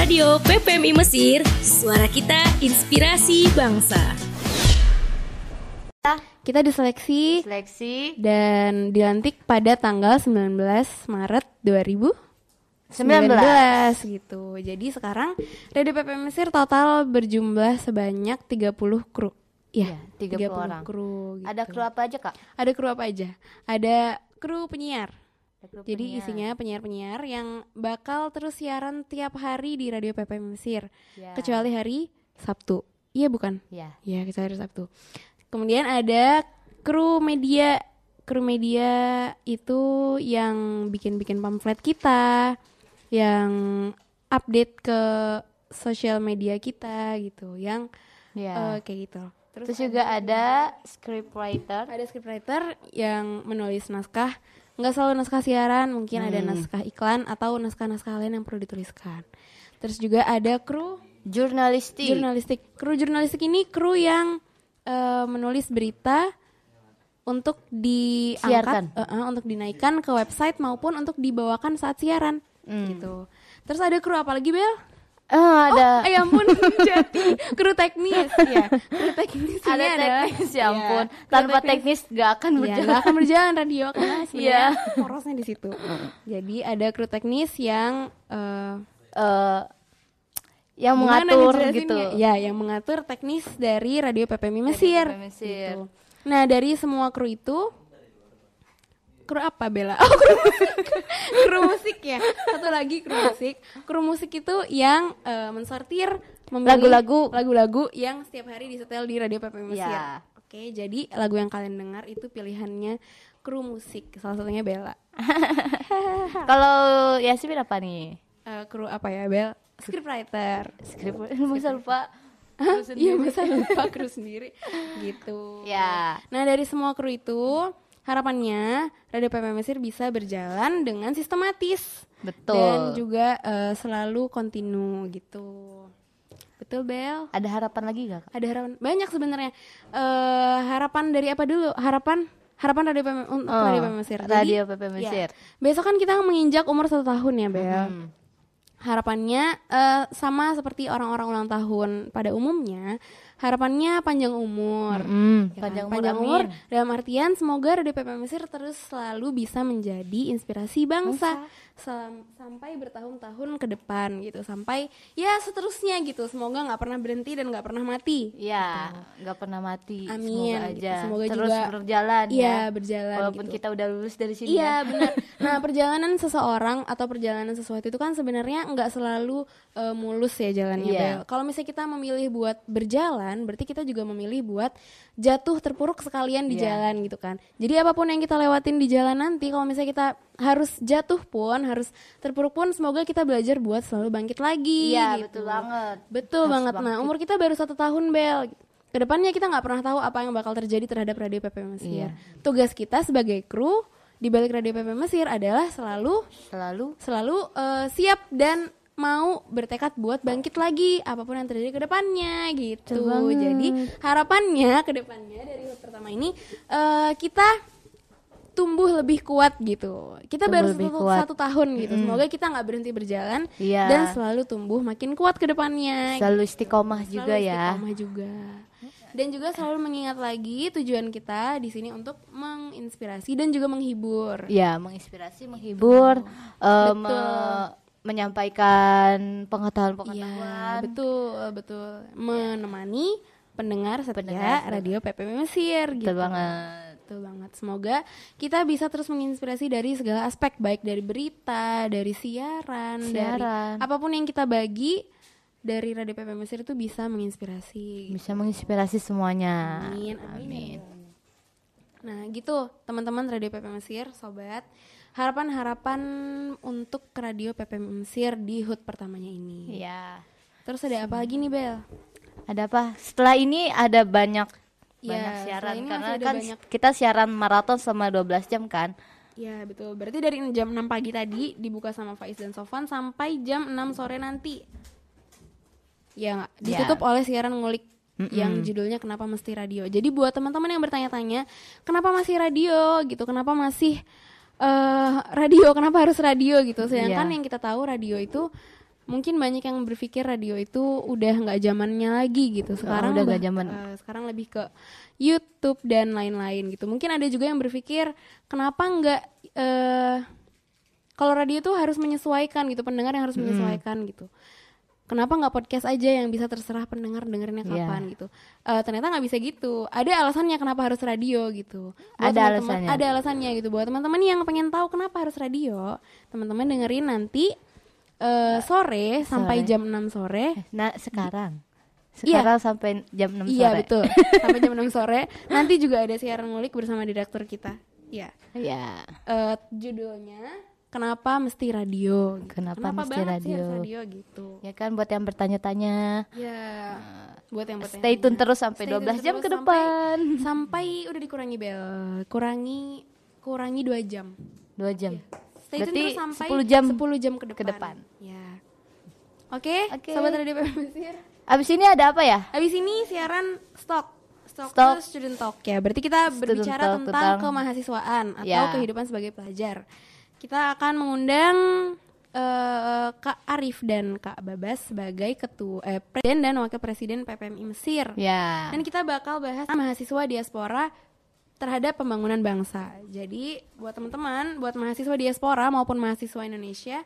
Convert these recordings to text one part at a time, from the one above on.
Radio PPMI Mesir, suara kita inspirasi bangsa. Kita diseleksi dan dilantik pada tanggal 19 Maret 2019 gitu. Jadi sekarang Radio PPMI Mesir total berjumlah sebanyak 30 kru. Iya, 30 orang. Kru gitu. Ada kru apa aja, Kak? Ada kru apa aja? Ada kru penyiar. Jadi isinya penyiar-penyiar yang bakal terus siaran tiap hari di Radio PPMI Mesir. Kecuali hari Sabtu. Iya bukan? Iya, kecuali hari Sabtu. Kemudian ada kru media. Kru media itu yang bikin-bikin pamflet kita, yang update ke sosial media kita gitu, yang kayak gitu. Terus juga ada scriptwriter. Ada scriptwriter yang menulis naskah. Nggak selalu naskah siaran, mungkin ada naskah iklan atau naskah-naskah lain yang perlu dituliskan. Terus juga ada kru jurnalistik. Kru jurnalistik ini kru yang menulis berita untuk diangkat, untuk dinaikkan ke website maupun untuk dibawakan saat siaran gitu. Terus ada kru apa lagi, Bel? Ada. Ya ampun, jadi kru teknis ya. Kru teknis ada teknis, ya ampun. Tanpa teknis gak akan berjalan. Gak akan berjalan radio karena sebenarnya porosnya di situ. Jadi ada kru teknis yang mengatur gitu. Ya, yang mengatur teknis dari Radio PPMI Mesir. Gitu. Nah, dari semua kru itu, kru apa Bella? Oh, kru musik ya. Satu lagi kru musik. Kru musik itu yang mensortir, memilih lagu-lagu yang setiap hari disetel di Radio PPMI Mesir. Oke, jadi lagu yang kalian dengar itu pilihannya kru musik. Salah satunya Bella. Kalau Yasmin apa nih? Kru apa ya, Bel? Scriptwriter. Masa lupa? Iya, masa lupa kru sendiri gitu. Ya. Nah, dari semua kru itu harapannya Radio PPMI Mesir bisa berjalan dengan sistematis. Betul. Dan juga selalu kontinu gitu. Betul, Bel? Ada harapan lagi gak? Ada harapan banyak sebenarnya. Harapan dari apa dulu? Harapan Radio PPMI untuk Radio PPMI Mesir. Radio PPMI Mesir. Besok kan kita menginjak umur 1 tahun ya, Bel. Harapannya sama seperti orang-orang ulang tahun pada umumnya, harapannya panjang umur. Panjang umur dalam artian semoga Radio PPMI Mesir terus selalu bisa menjadi inspirasi bangsa sampai bertahun-tahun ke depan gitu, sampai ya seterusnya gitu. Semoga nggak pernah berhenti dan nggak pernah mati. Iya, nggak pernah mati. Amin. Semoga aja. Semoga terus juga berjalan. Iya, berjalan. Walaupun gitu. kita udah lulus dari sini. Iya, benar. Nah, perjalanan seseorang atau perjalanan sesuatu itu kan sebenarnya nggak selalu mulus ya jalannya, Bel. Kalau misalnya kita memilih buat berjalan, berarti kita juga memilih buat jatuh terpuruk sekalian di jalan gitu kan. Jadi apapun yang kita lewatin di jalan nanti, kalau misalnya kita harus jatuh pun, harus terpuruk pun, semoga kita belajar buat selalu bangkit lagi. Iya, gitu. Betul banget. Nah, umur kita baru 1 tahun, Bel. Kedepannya kita nggak pernah tahu apa yang bakal terjadi terhadap Radio PPMI Mesir. Tugas kita sebagai kru di balik Radio PPMI Mesir adalah selalu siap dan mau bertekad buat bangkit lagi apapun yang terjadi ke depannya gitu. Jadi harapannya ke depannya dari hut pertama ini kita tumbuh lebih kuat gitu. Kita baru 1 tahun gitu. Semoga kita nggak berhenti berjalan dan selalu tumbuh makin kuat ke depannya. Selalu istiqomah juga ya. Dan juga selalu mengingat lagi tujuan kita di sini untuk menginspirasi dan juga menghibur. Ya, menginspirasi, menghibur, menyampaikan pengetahuan. Betul. Menemani pendengar setia Radio PPMI Mesir gitu. Betul banget. Semoga kita bisa terus menginspirasi dari segala aspek, baik dari berita, dari siaran. Dari apapun yang kita bagi dari Radio PPMI Mesir itu bisa menginspirasi. Bisa menginspirasi semuanya. Amin. Nah, gitu teman-teman Radio PPMI Mesir, sobat. Harapan-harapan untuk Radio PPMI Mesir di HUT pertamanya ini. Iya. Terus ada apa lagi nih, Bel? Ada apa? Setelah ini ada banyak siaran karena kan kita siaran maraton selama 12 jam kan. Iya, betul. Berarti dari jam 6 pagi tadi dibuka sama Faiz dan Sofwan sampai jam 6 sore nanti. Ya, ditutup oleh siaran ngulik yang judulnya Kenapa Mesti Radio. Jadi buat teman-teman yang bertanya-tanya, kenapa masih radio gitu? Kenapa masih radio? Kenapa harus radio gitu? Sedangkan yang kita tahu radio itu mungkin banyak yang berpikir radio itu udah nggak zamannya lagi gitu. Sekarang udah nggak zaman. Sekarang lebih ke YouTube dan lain-lain gitu. Mungkin ada juga yang berpikir kenapa nggak kalau radio tuh harus menyesuaikan gitu, pendengar yang harus menyesuaikan gitu. Kenapa nggak podcast aja yang bisa terserah pendengar dengerinnya kapan gitu? Ternyata nggak bisa gitu. Ada alasannya kenapa harus radio gitu. Ada alasannya. Ada alasannya gitu. Buat teman-teman yang pengen tahu kenapa harus radio, teman-teman dengerin nanti sore sampai jam 6 sore. Nah, sekarang sampai jam 6 sore. Iya, betul. Sampai jam 6 sore. Nanti juga ada siaran ngulik bersama direktur kita. Iya. Iya. Judulnya Kenapa Mesti Radio? Kenapa mesti radio? Gitu. Ya kan buat yang bertanya-tanya. Ya. Buat yang bertanya. Stay tune terus sampai 12 jam ke depan. Sampai udah dikurangi bel. Kurangi 2 jam. 2 jam. Ya. Stay tune terus sampai 10 jam ke depan. Ya. Oke. Sobat Radio PPM Mesir. Abis ini ada apa ya? Abis ini siaran Stock Student Talk ya. Berarti kita berbicara tentang kemahasiswaan atau kehidupan sebagai pelajar. Kita akan mengundang Kak Arif dan Kak Babas sebagai Presiden dan Wakil Presiden PPMI Mesir. Dan kita bakal bahas mahasiswa diaspora terhadap pembangunan bangsa. Jadi buat teman-teman, buat mahasiswa diaspora maupun mahasiswa Indonesia,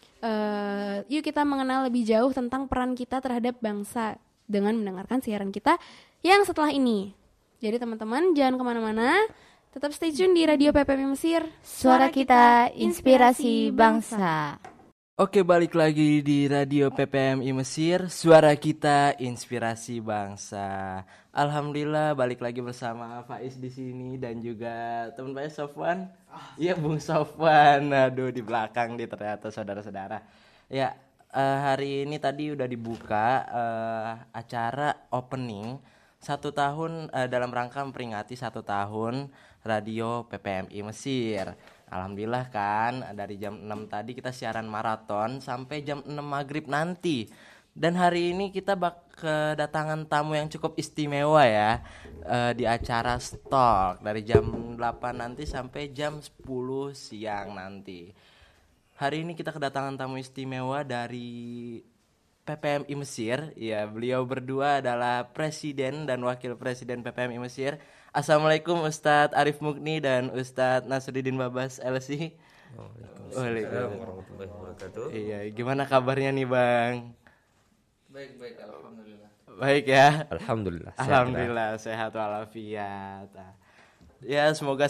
yuk kita mengenal lebih jauh tentang peran kita terhadap bangsa dengan mendengarkan siaran kita yang setelah ini. Jadi teman-teman jangan kemana-mana. Tetap stay tune di Radio PPMI Mesir. Suara kita, inspirasi bangsa. Oke, balik lagi di Radio PPMI Mesir. Suara kita, inspirasi bangsa. Alhamdulillah balik lagi bersama Faiz di sini dan juga teman Faiz Sofwan. Iya, Bung Sofwan. Aduh, di belakang dia ternyata saudara-saudara. Ya, hari ini tadi udah dibuka acara opening 1 tahun dalam rangka memperingati 1 tahun Radio PPMI Mesir. Alhamdulillah kan dari jam 6 tadi kita siaran maraton sampai jam 6 maghrib nanti. Dan hari ini kita kedatangan tamu yang cukup istimewa ya di acara Stock dari jam 8 nanti sampai jam 10 siang nanti. Hari ini kita kedatangan tamu istimewa dari PPMI Mesir. Ya, beliau berdua adalah Presiden dan Wakil Presiden PPMI Mesir. Assalamualaikum Ustadz Arif Mukni dan Ustadz Nasruddin Babas LC. Waalaikumsalam warahmatullahi wabarakatuh. Iya, gimana kabarnya nih Bang? Baik, alhamdulillah. Baik ya. Alhamdulillah. Sehat walafiat. Ya, semoga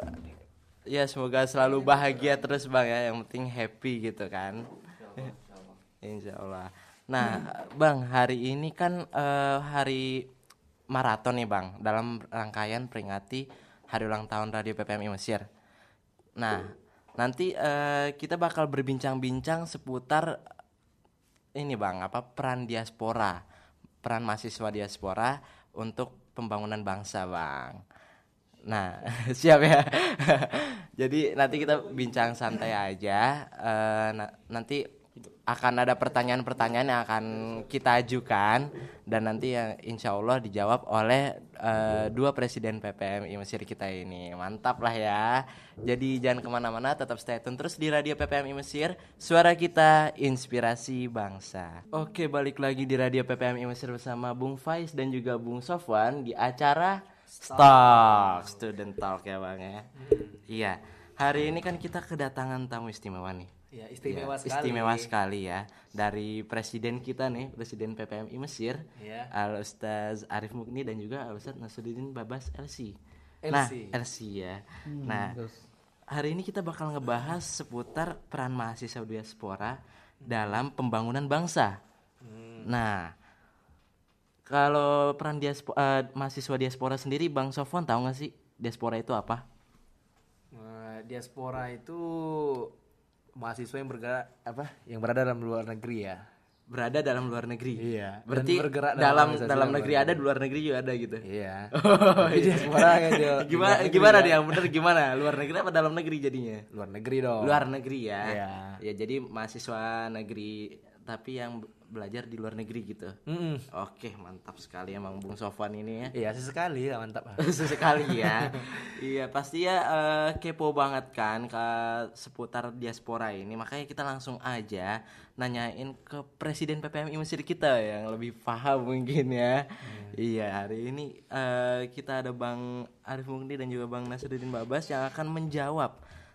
selalu bahagia terus Bang ya. Yang penting happy gitu kan. Insyaallah. Nah, Bang, hari ini kan hari maraton nih Bang, dalam rangkaian peringati hari ulang tahun Radio PPMI Mesir. Nah, nanti kita bakal berbincang-bincang seputar ini Bang, peran diaspora, peran mahasiswa diaspora untuk pembangunan bangsa Bang. Nah, siap ya. Jadi nanti kita bincang santai aja. Nanti akan ada pertanyaan-pertanyaan yang akan kita ajukan dan nanti yang insya Allah dijawab oleh 2 Presiden PPMI Mesir kita ini. Mantap lah ya. Jadi jangan kemana-mana, tetap stay tune terus di Radio PPMI Mesir. Suara kita, inspirasi bangsa. Oke, balik lagi di Radio PPMI Mesir bersama Bung Faiz dan juga Bung Sofwan di acara Stock Student Talk ya Bang ya. Iya, hari ini kan kita kedatangan tamu istimewa nih. Ya, istimewa sekali ya dari presiden kita nih, Presiden PPMI Mesir, ya. Al Ustaz Arif Mukni dan juga Al Ustaz Nasruddin Babas LC. Nah, LC ya. Nah, hari ini kita bakal ngebahas seputar peran mahasiswa diaspora dalam pembangunan bangsa. Nah, kalau peran mahasiswa diaspora sendiri, Bang Sofwan tahu nggak sih diaspora itu apa? Diaspora itu mahasiswa yang berada dalam luar negeri ya. Berada dalam luar negeri. Iya. Berarti bergerak dalam negeri ada, di luar negeri juga ada gitu. Iya. Diaspora gimana dia? Bener gimana? Luar negeri apa dalam negeri jadinya? Luar negeri dong. Luar negeri ya. Iya. Ya jadi mahasiswa negeri tapi yang belajar di luar negeri gitu. Oke, mantap sekali emang Bung Sofwan ini ya. Iya, sesekali lah, mantap. Sesekali ya. Iya, pasti ya kepo banget kan ke seputar diaspora ini. Makanya kita langsung aja nanyain ke Presiden PPMI Mesir kita yang lebih paham mungkin ya. Iya, hari ini kita ada Bang Arif Mukni dan juga Bang Nasruddin Babas yang akan menjawab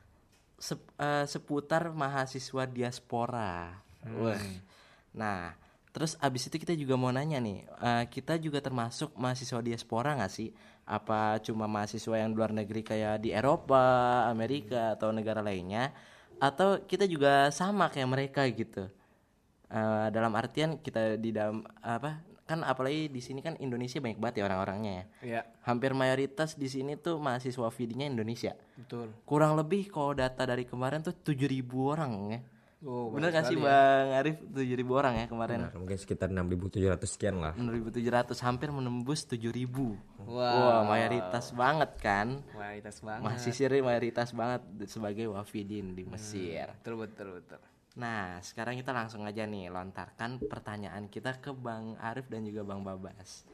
seputar mahasiswa diaspora. Wah. Nah, terus abis itu kita juga mau nanya nih, kita juga termasuk mahasiswa diaspora nggak sih? Apa cuma mahasiswa yang luar negeri kayak di Eropa, Amerika atau negara lainnya? Atau kita juga sama kayak mereka gitu? Dalam artian kita di dalam kan apalagi di sini kan Indonesia banyak banget ya orang-orangnya ya. Iya. Hampir mayoritas di sini tuh mahasiswa FIDI-nya Indonesia. Betul. Kurang lebih kalau data dari kemarin tuh 7.000 orang ya. Oh, bener gak sih ya. Bang Arif? 7.000 orang ya kemarin. Benar, mungkin sekitar 6.700 sekian lah. 6.700, hampir menembus 7.000. Wah, mayoritas banget kan. Mayoritas banget. Mayoritas banget sebagai wafidin di Mesir. Betul. Nah, sekarang kita langsung aja nih lontarkan pertanyaan kita ke Bang Arif dan juga Bang Babas.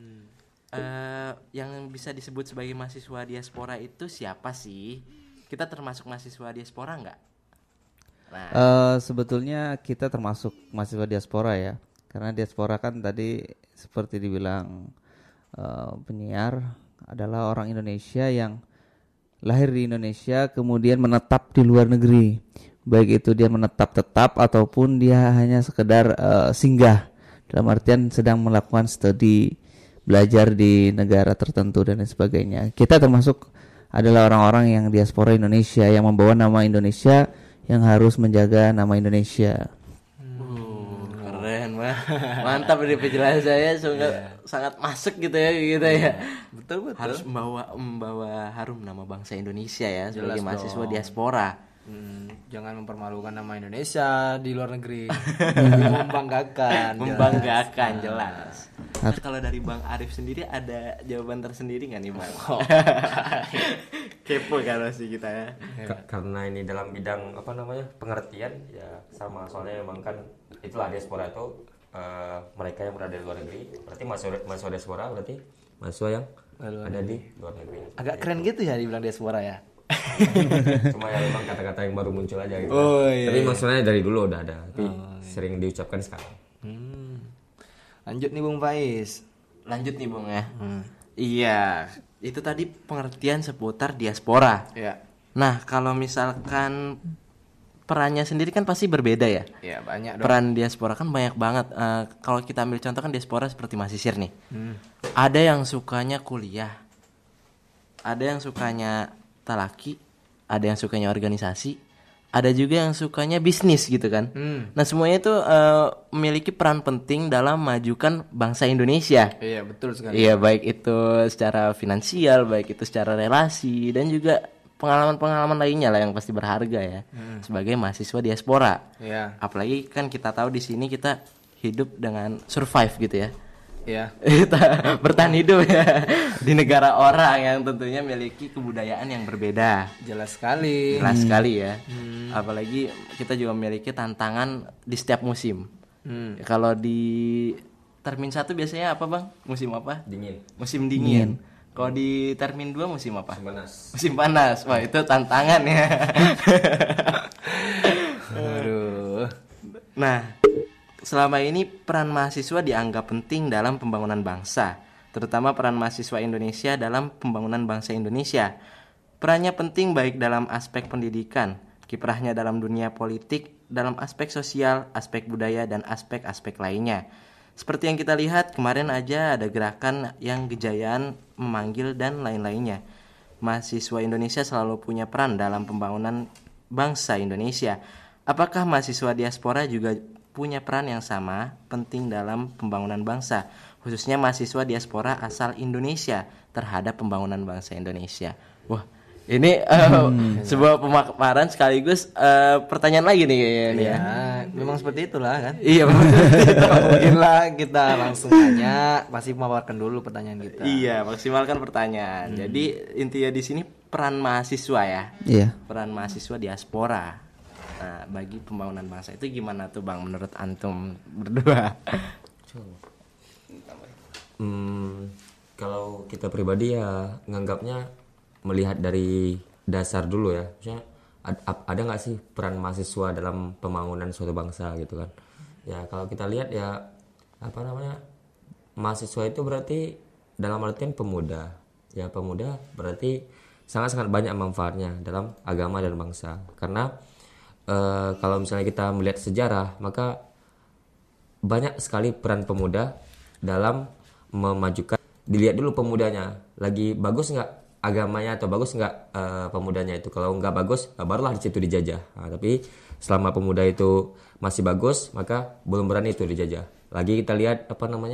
Yang bisa disebut sebagai mahasiswa diaspora itu siapa sih? Kita termasuk mahasiswa diaspora nggak? Nah. Sebetulnya kita termasuk mahasiswa diaspora ya, karena diaspora kan tadi seperti dibilang penyiar adalah orang Indonesia yang lahir di Indonesia kemudian menetap di luar negeri, baik itu dia menetap tetap ataupun dia hanya sekedar singgah, dalam artian sedang melakukan studi belajar di negara tertentu dan lain sebagainya. Kita termasuk adalah orang-orang yang diaspora Indonesia yang membawa nama Indonesia, yang harus menjaga nama Indonesia. Keren banget. Mantap dari penjelasan saya sangat masuk gitu ya. Betul. Harus membawa harum nama bangsa Indonesia ya sebagai mahasiswa diaspora. Jangan mempermalukan nama Indonesia di luar negeri. Membanggakan jelas. Nah, kalau dari Bang Arif sendiri ada jawaban tersendiri nggak nih Bang? Kepo kan sih kita ya. Karena ini dalam bidang pengertian ya sama, soalnya memang kan itulah diaspora itu mereka yang berada di luar negeri, berarti mahasiswa diaspora berarti mahasiswa yang ada di luar negeri. Agak keren gitu ya dibilang diaspora ya. Cuma ya memang kata-kata yang baru muncul aja gitu. Tapi maksudnya dari dulu udah ada, tapi sering diucapkan sekarang. Lanjut nih Bung Faiz. Lanjut nih Bung ya. Iya, itu tadi pengertian seputar diaspora. Iya. Nah, kalau misalkan perannya sendiri kan pasti berbeda ya. Iya, banyak dong. Peran diaspora kan banyak banget. Kalau kita ambil contoh kan diaspora seperti mahasiswa nih. Ada yang sukanya kuliah, ada yang sukanya talaki, ada yang sukanya organisasi, ada juga yang sukanya bisnis gitu kan. Nah, semuanya itu memiliki peran penting dalam memajukan bangsa Indonesia. Iya, betul sekali. Iya, baik itu secara finansial, baik itu secara relasi, dan juga pengalaman-pengalaman lainnya lah yang pasti berharga ya sebagai mahasiswa diaspora. Iya. Apalagi kan kita tahu di sini kita hidup dengan survive gitu ya. Iya. Kita bertahan hidup ya di negara orang yang tentunya memiliki kebudayaan yang berbeda. Jelas sekali. Jelas sekali ya. Apalagi kita juga memiliki tantangan di setiap musim. Kalau di Termin 1 biasanya apa Bang? Musim apa? Dingin. Musim dingin. Kalau di Termin 2 musim apa? Musim panas. Musim panas. Wah, itu tantangan ya. Aduh. Nah, selama ini peran mahasiswa dianggap penting dalam pembangunan bangsa, terutama peran mahasiswa Indonesia dalam pembangunan bangsa Indonesia. Perannya penting baik dalam aspek pendidikan, kiprahnya dalam dunia politik, dalam aspek sosial, aspek budaya, dan aspek-aspek lainnya. Seperti yang kita lihat kemarin aja ada gerakan yang Kejayaan memanggil dan lain-lainnya. Mahasiswa Indonesia selalu punya peran dalam pembangunan bangsa Indonesia. Apakah mahasiswa diaspora juga punya peran yang sama penting dalam pembangunan bangsa, khususnya mahasiswa diaspora asal Indonesia terhadap pembangunan bangsa Indonesia? Wah, ini sebuah pemaparan sekaligus pertanyaan lagi nih kayaknya. Ya, memang seperti itulah kan. Iya, Mungkinlah kita langsung tanya, pasti memaparkan dulu pertanyaan kita. Iya, maksimalkan pertanyaan. Jadi intinya di sini peran mahasiswa ya. Iya. Peran mahasiswa diaspora. Nah, bagi pembangunan bangsa itu gimana tuh Bang menurut antum berdua? Kalau kita pribadi ya nganggapnya melihat dari dasar dulu ya. Misalnya ada nggak sih peran mahasiswa dalam pembangunan suatu bangsa gitu kan? Ya kalau kita lihat ya mahasiswa itu berarti dalam artian pemuda. Ya pemuda berarti sangat-sangat banyak manfaatnya dalam agama dan bangsa. Karena kalau misalnya kita melihat sejarah, maka banyak sekali peran pemuda dalam memajukan. Dilihat dulu pemudanya, lagi bagus nggak agamanya atau bagus nggak pemudanya itu. Kalau nggak bagus, barulah di situ dijajah. Nah, tapi selama pemuda itu masih bagus, maka belum berani itu dijajah. Lagi kita lihat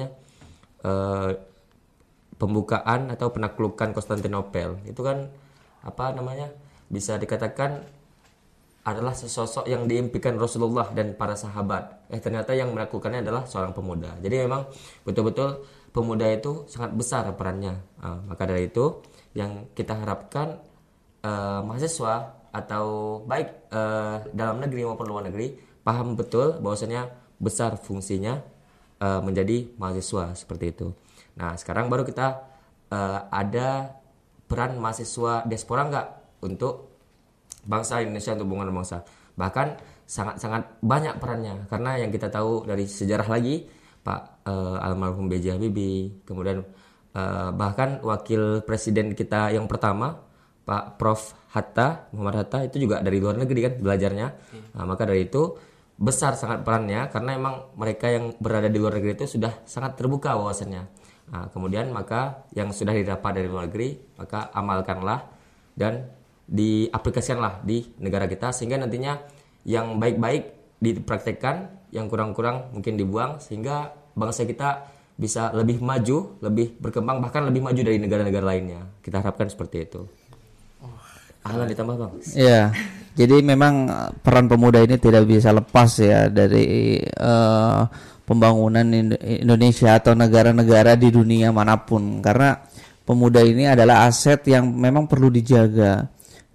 pembukaan atau penaklukan Konstantinopel itu kan bisa dikatakan adalah sesosok yang diimpikan Rasulullah dan para sahabat. Ternyata yang melakukannya adalah seorang pemuda. Jadi memang betul-betul pemuda itu sangat besar perannya. Maka dari itu yang kita harapkan mahasiswa atau baik dalam negeri maupun luar negeri paham betul bahwasanya besar fungsinya menjadi mahasiswa seperti itu. Nah sekarang baru kita ada peran mahasiswa diaspora nggak untuk bangsa Indonesia, untuk hubungan bangsa. Bahkan sangat-sangat banyak perannya, karena yang kita tahu dari sejarah lagi Pak almarhum B.J. Habibie, kemudian bahkan wakil presiden kita yang pertama Pak Prof. Muhammad Hatta itu juga dari luar negeri kan belajarnya. Nah, maka dari itu besar sangat perannya, karena emang mereka yang berada di luar negeri itu sudah sangat terbuka wawasannya. Nah, kemudian maka yang sudah didapat dari luar negeri maka amalkanlah dan diaplikasikanlah di negara kita, sehingga nantinya yang baik-baik dipraktekkan, yang kurang-kurang mungkin dibuang, sehingga bangsa kita bisa lebih maju, lebih berkembang, bahkan lebih maju dari negara-negara lainnya. Kita harapkan seperti itu. Ahlan ditambah Bang. Iya. Jadi memang peran pemuda ini tidak bisa lepas ya dari pembangunan Indonesia atau negara-negara di dunia manapun, karena pemuda ini adalah aset yang memang perlu dijaga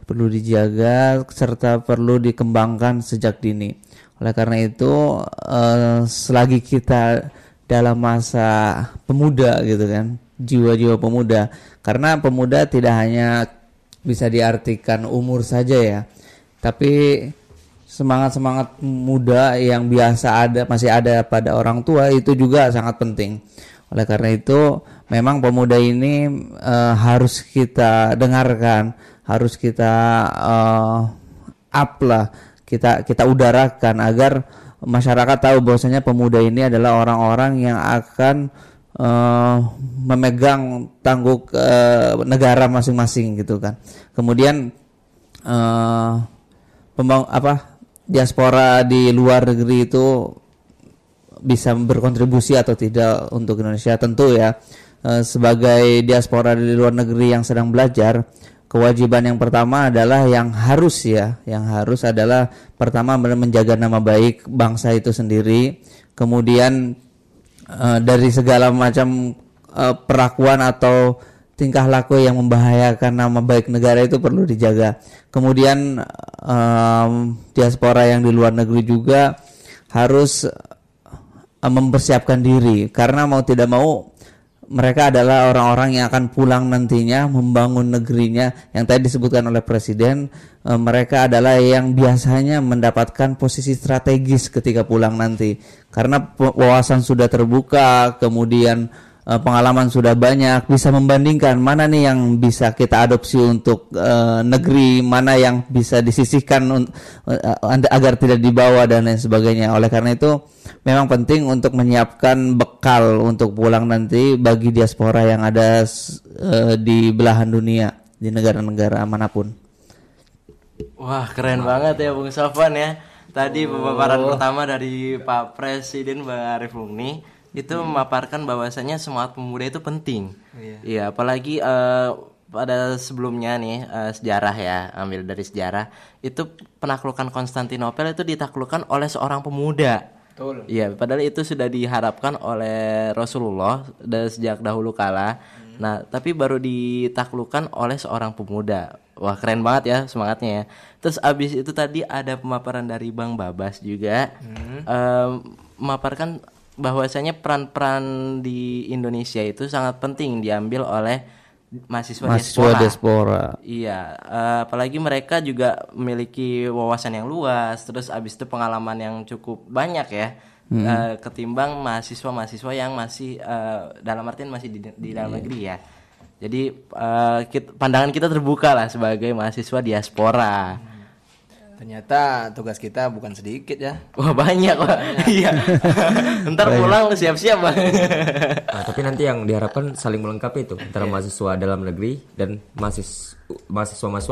serta perlu dikembangkan sejak dini. Oleh karena itu selagi kita dalam masa pemuda gitu kan, jiwa-jiwa pemuda, karena pemuda tidak hanya bisa diartikan umur saja ya, tapi semangat muda yang masih ada pada orang tua itu juga sangat penting. Oleh karena itu memang pemuda ini harus kita dengarkan, harus kita kita udarakan agar masyarakat tahu bahwasanya pemuda ini adalah orang-orang yang akan memegang tangguh negara masing-masing gitu kan. Kemudian diaspora di luar negeri itu bisa berkontribusi atau tidak untuk Indonesia, tentu ya. Sebagai diaspora di luar negeri yang sedang belajar, kewajiban yang pertama adalah yang harus adalah pertama menjaga nama baik bangsa itu sendiri. Kemudian dari segala macam perlakuan atau tingkah laku yang membahayakan nama baik negara itu perlu dijaga. Kemudian diaspora yang di luar negeri juga harus mempersiapkan diri, karena mau tidak mau mereka adalah orang-orang yang akan pulang nantinya membangun negerinya. Yang tadi disebutkan oleh Presiden, mereka adalah yang biasanya mendapatkan posisi strategis ketika pulang nanti, karena wawasan sudah terbuka, kemudian pengalaman sudah banyak, bisa membandingkan mana nih yang bisa kita adopsi untuk negeri, mana yang bisa disisihkan agar tidak dibawa dan lain sebagainya. Oleh karena itu memang penting untuk menyiapkan bekal untuk pulang nanti bagi diaspora yang ada di belahan dunia, di negara-negara manapun. Wah, keren banget ya Bung Sofwan ya. Tadi pemaparan pertama dari Pak Presiden Bang Arif Mukni itu memaparkan bahwasanya semangat pemuda itu penting. Iya, apalagi pada sebelumnya nih sejarah ya, ambil dari sejarah itu penaklukan Konstantinopel itu ditaklukkan oleh seorang pemuda. Betul. Iya, padahal itu sudah diharapkan oleh Rasulullah dari sejak dahulu kala. Nah, tapi baru ditaklukkan oleh seorang pemuda. Wah, keren banget ya semangatnya ya. Terus abis itu tadi ada pemaparan dari Bang Babas juga, memaparkan bahwasanya peran-peran di Indonesia itu sangat penting diambil oleh mahasiswa diaspora. Iya, apalagi mereka juga memiliki wawasan yang luas, terus abis itu pengalaman yang cukup banyak ya, ketimbang mahasiswa-mahasiswa yang masih dalam artian masih di dalam negeri ya. Jadi pandangan kita terbuka lah sebagai mahasiswa diaspora. Ternyata tugas kita bukan sedikit ya. Wah, banyak Pak. Iya. Ntar pulang siap-siap Bang. Nah, tapi nanti yang diharapkan saling melengkapi itu antara mahasiswa dalam negeri dan mahasiswa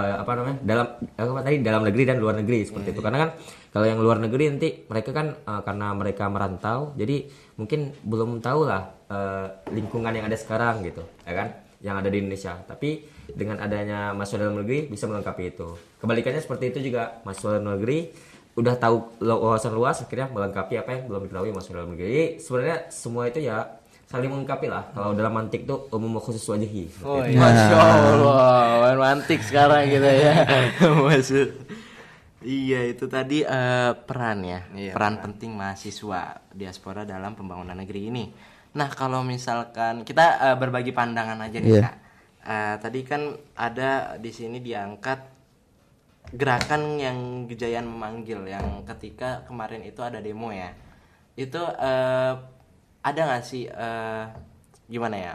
dalam negeri dan luar negeri seperti itu. Karena kan kalau yang luar negeri nanti mereka kan karena mereka merantau, jadi mungkin belum tahu lah lingkungan yang ada sekarang gitu, ya kan? Yang ada di Indonesia. Tapi dengan adanya mahasiswa dalam negeri bisa melengkapi itu. Kebalikannya seperti itu juga, mahasiswa dalam negeri udah tahu wawasan luas, akhirnya melengkapi apa yang belum diketahui mahasiswa dalam negeri. Jadi sebenarnya semua itu ya saling melengkapi lah. Kalau dalam mantik tuh umum khusus wajahi. Oh iya. Masya Allah, mantik sekarang gitu ya. Maksud iya, itu tadi peran ya, peran penting mahasiswa diaspora dalam pembangunan negeri ini. Nah, kalau misalkan kita berbagi pandangan aja nih Kak. Tadi kan ada di sini diangkat gerakan yang Gejayan Memanggil yang ketika kemarin itu ada demo ya. Itu ada nggak sih gimana ya?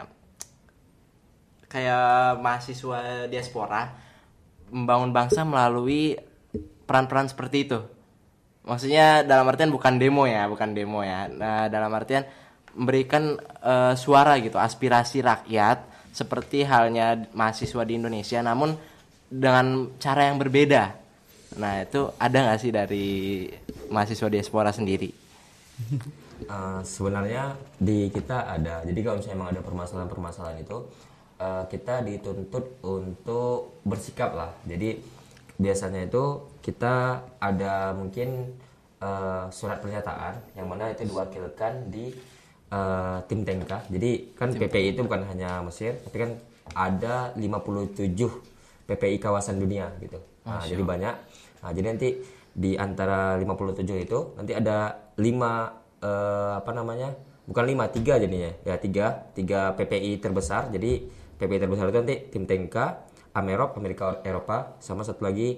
Kayak mahasiswa diaspora membangun bangsa melalui peran-peran seperti itu. Maksudnya dalam artian bukan demo ya. Nah, dalam artian memberikan suara gitu, aspirasi rakyat seperti halnya mahasiswa di Indonesia, namun dengan cara yang berbeda. Nah, itu ada nggak sih dari mahasiswa diaspora sendiri? Sebenarnya di kita ada. Jadi kalau misalnya emang ada permasalahan-permasalahan itu, kita dituntut untuk bersikap lah. Jadi biasanya itu kita ada mungkin surat pernyataan yang mana itu diwakilkan di tim Tenka. Jadi kan PPI itu bukan hanya Mesir, tapi kan ada 57 PPI kawasan dunia gitu. Nah, jadi banyak. Nah, jadi nanti di antara 57 itu nanti ada 3 jadinya. Ya, 3 PPI terbesar. Jadi PPI terbesar itu nanti tim Tenka, Amerop, Amerika Eropa, sama satu lagi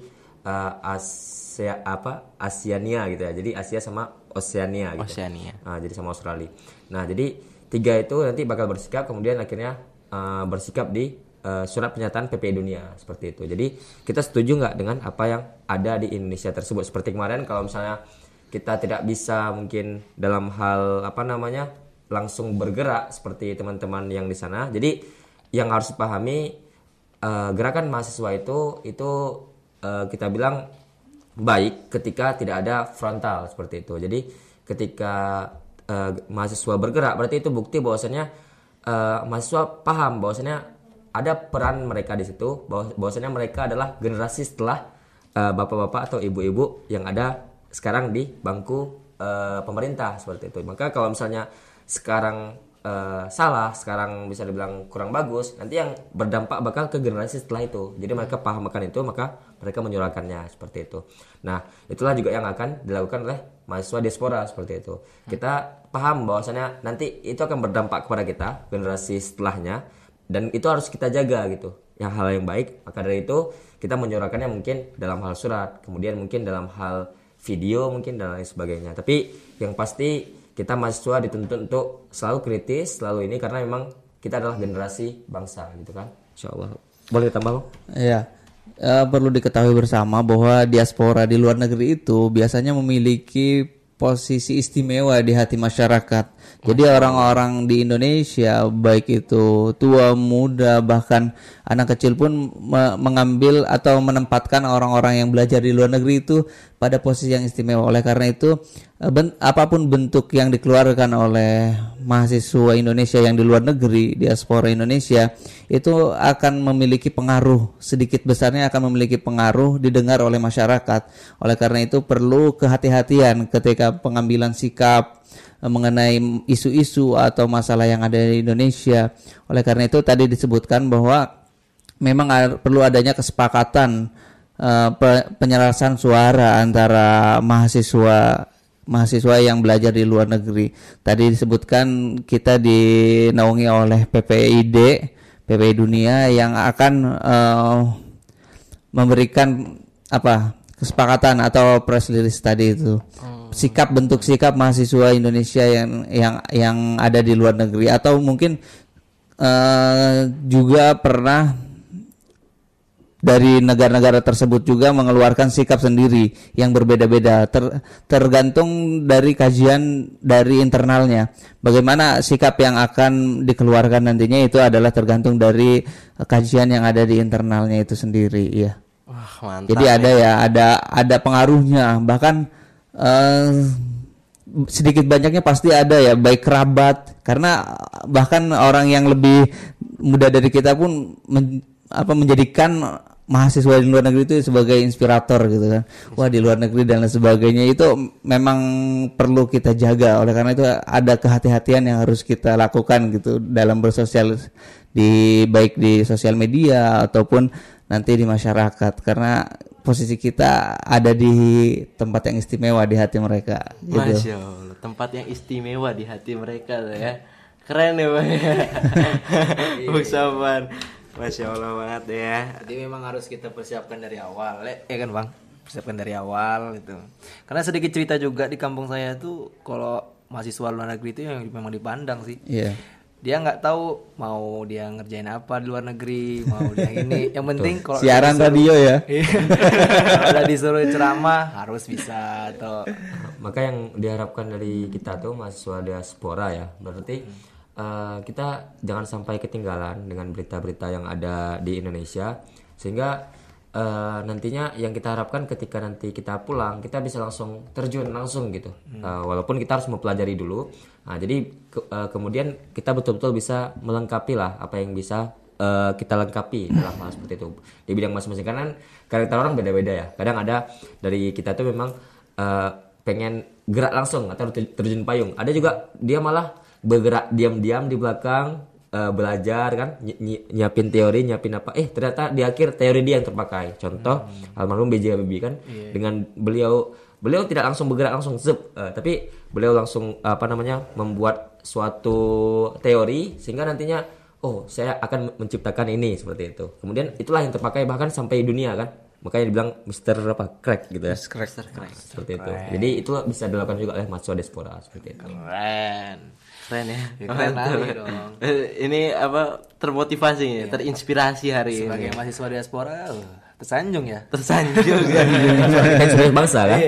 Asiania gitu ya. Jadi Asia sama Oceania gitu. Nah, jadi sama Australia. Nah, jadi 3 itu nanti bakal bersikap, kemudian akhirnya bersikap di surat pernyataan PPI dunia seperti itu. Jadi kita setuju nggak dengan apa yang ada di Indonesia tersebut? Seperti kemarin kalau misalnya kita tidak bisa mungkin dalam hal langsung bergerak seperti teman-teman yang di sana. Jadi yang harus dipahami gerakan mahasiswa itu kita bilang baik ketika tidak ada frontal seperti itu. Jadi ketika mahasiswa bergerak, berarti itu bukti bahwasanya mahasiswa paham bahwasanya ada peran mereka di situ, bahwasanya mereka adalah generasi setelah bapak-bapak atau ibu-ibu yang ada sekarang di bangku pemerintah seperti itu. Maka kalau misalnya sekarang salah, sekarang bisa dibilang kurang bagus, nanti yang berdampak bakal ke generasi setelah itu. Jadi mereka paham akan itu, maka mereka menyuarakannya seperti itu. Nah, itulah juga yang akan dilakukan oleh mahasiswa diaspora seperti itu. Kita paham bahwasanya nanti itu akan berdampak kepada kita, generasi setelahnya, dan itu harus kita jaga gitu. Yang hal yang baik, maka dari itu kita menyuarakannya mungkin dalam hal surat, kemudian mungkin dalam hal video mungkin dan lain sebagainya. Tapi yang pasti kita mahasiswa dituntut untuk selalu kritis, selalu ini, karena memang kita adalah generasi bangsa gitu kan. Insyaallah. Boleh tambah? Iya. Perlu diketahui bersama bahwa diaspora di luar negeri itu biasanya memiliki posisi istimewa di hati masyarakat. Jadi orang-orang di Indonesia baik itu tua, muda, bahkan anak kecil pun mengambil atau menempatkan orang-orang yang belajar di luar negeri itu pada posisi yang istimewa. Oleh karena itu apapun bentuk yang dikeluarkan oleh mahasiswa Indonesia yang di luar negeri, diaspora Indonesia, itu akan memiliki pengaruh, sedikit besarnya akan memiliki pengaruh didengar oleh masyarakat. Oleh karena itu perlu kehati-hatian ketika pengambilan sikap mengenai isu-isu atau masalah yang ada di Indonesia. Oleh karena itu tadi disebutkan bahwa memang perlu adanya kesepakatan penyelarasan suara antara mahasiswa yang belajar di luar negeri. Tadi disebutkan kita dinaungi oleh PPI Dunia yang akan memberikan kesepakatan atau press release tadi itu. Bentuk sikap mahasiswa Indonesia yang ada di luar negeri, atau mungkin juga pernah dari negara-negara tersebut juga mengeluarkan sikap sendiri yang berbeda-beda, tergantung dari kajian dari internalnya. Bagaimana sikap yang akan dikeluarkan nantinya itu adalah tergantung dari kajian yang ada di internalnya itu sendiri, ya. Wah, mantap. Jadi ada pengaruhnya, bahkan sedikit banyaknya pasti ada ya, baik kerabat, karena bahkan orang yang lebih muda dari kita pun menjadikan mahasiswa di luar negeri itu sebagai inspirator gitu kan. Wah, di luar negeri dan lain sebagainya itu memang perlu kita jaga. Oleh karena itu ada kehati-hatian yang harus kita lakukan gitu dalam bersosial, baik di sosial media ataupun nanti di masyarakat, karena posisi kita ada di tempat yang istimewa di hati mereka gitu. Masya Allah, tempat yang istimewa di hati mereka ya. Keren ya Bang. Bung Sofwan, Masya Allah banget ya. Jadi memang harus kita persiapkan dari awal ya kan Bang, persiapkan dari awal gitu. Karena sedikit cerita juga di kampung saya tuh, kalau mahasiswa luar negeri itu yang memang dipandang sih. Iya. Dia nggak tahu mau dia ngerjain apa di luar negeri, mau dia ini. Yang penting kalau siaran radio ya. Kalau udah disuruh ceramah harus bisa atau. Maka yang diharapkan dari kita tuh mahasiswa diaspora ya, berarti kita jangan sampai ketinggalan dengan berita-berita yang ada di Indonesia, sehingga nantinya yang kita harapkan ketika nanti kita pulang kita bisa langsung terjun langsung gitu. Walaupun kita harus mempelajari dulu. Nah, jadi kemudian kita betul-betul bisa melengkapi lah apa yang bisa kita lengkapi dalam hal seperti itu di bidang masing-masing, karena karakter orang beda-beda ya. Kadang ada dari kita tuh memang pengen gerak langsung atau terjun payung, ada juga dia malah bergerak diam-diam di belakang, belajar kan, nyiapin teori, nyiapin apa, ternyata di akhir teori dia yang terpakai. Contoh almarhum B.J. Habibie kan, dengan beliau tidak langsung bergerak langsung tapi beliau langsung membuat suatu teori sehingga nantinya saya akan menciptakan ini seperti itu. Kemudian itulah yang terpakai bahkan sampai dunia kan. Makanya dibilang Mr. Crack gitu ya. Crack. Seperti itu. Jadi itu bisa dilakukan juga oleh mahasiswa diaspora seperti itu. Keren ya. Keren lagi dong. Ini termotivasi ya, terinspirasi hari ini. Sebagai mahasiswa diaspora tersanjung ya. Tersanjung ya. Kan sebagai bangsa kan.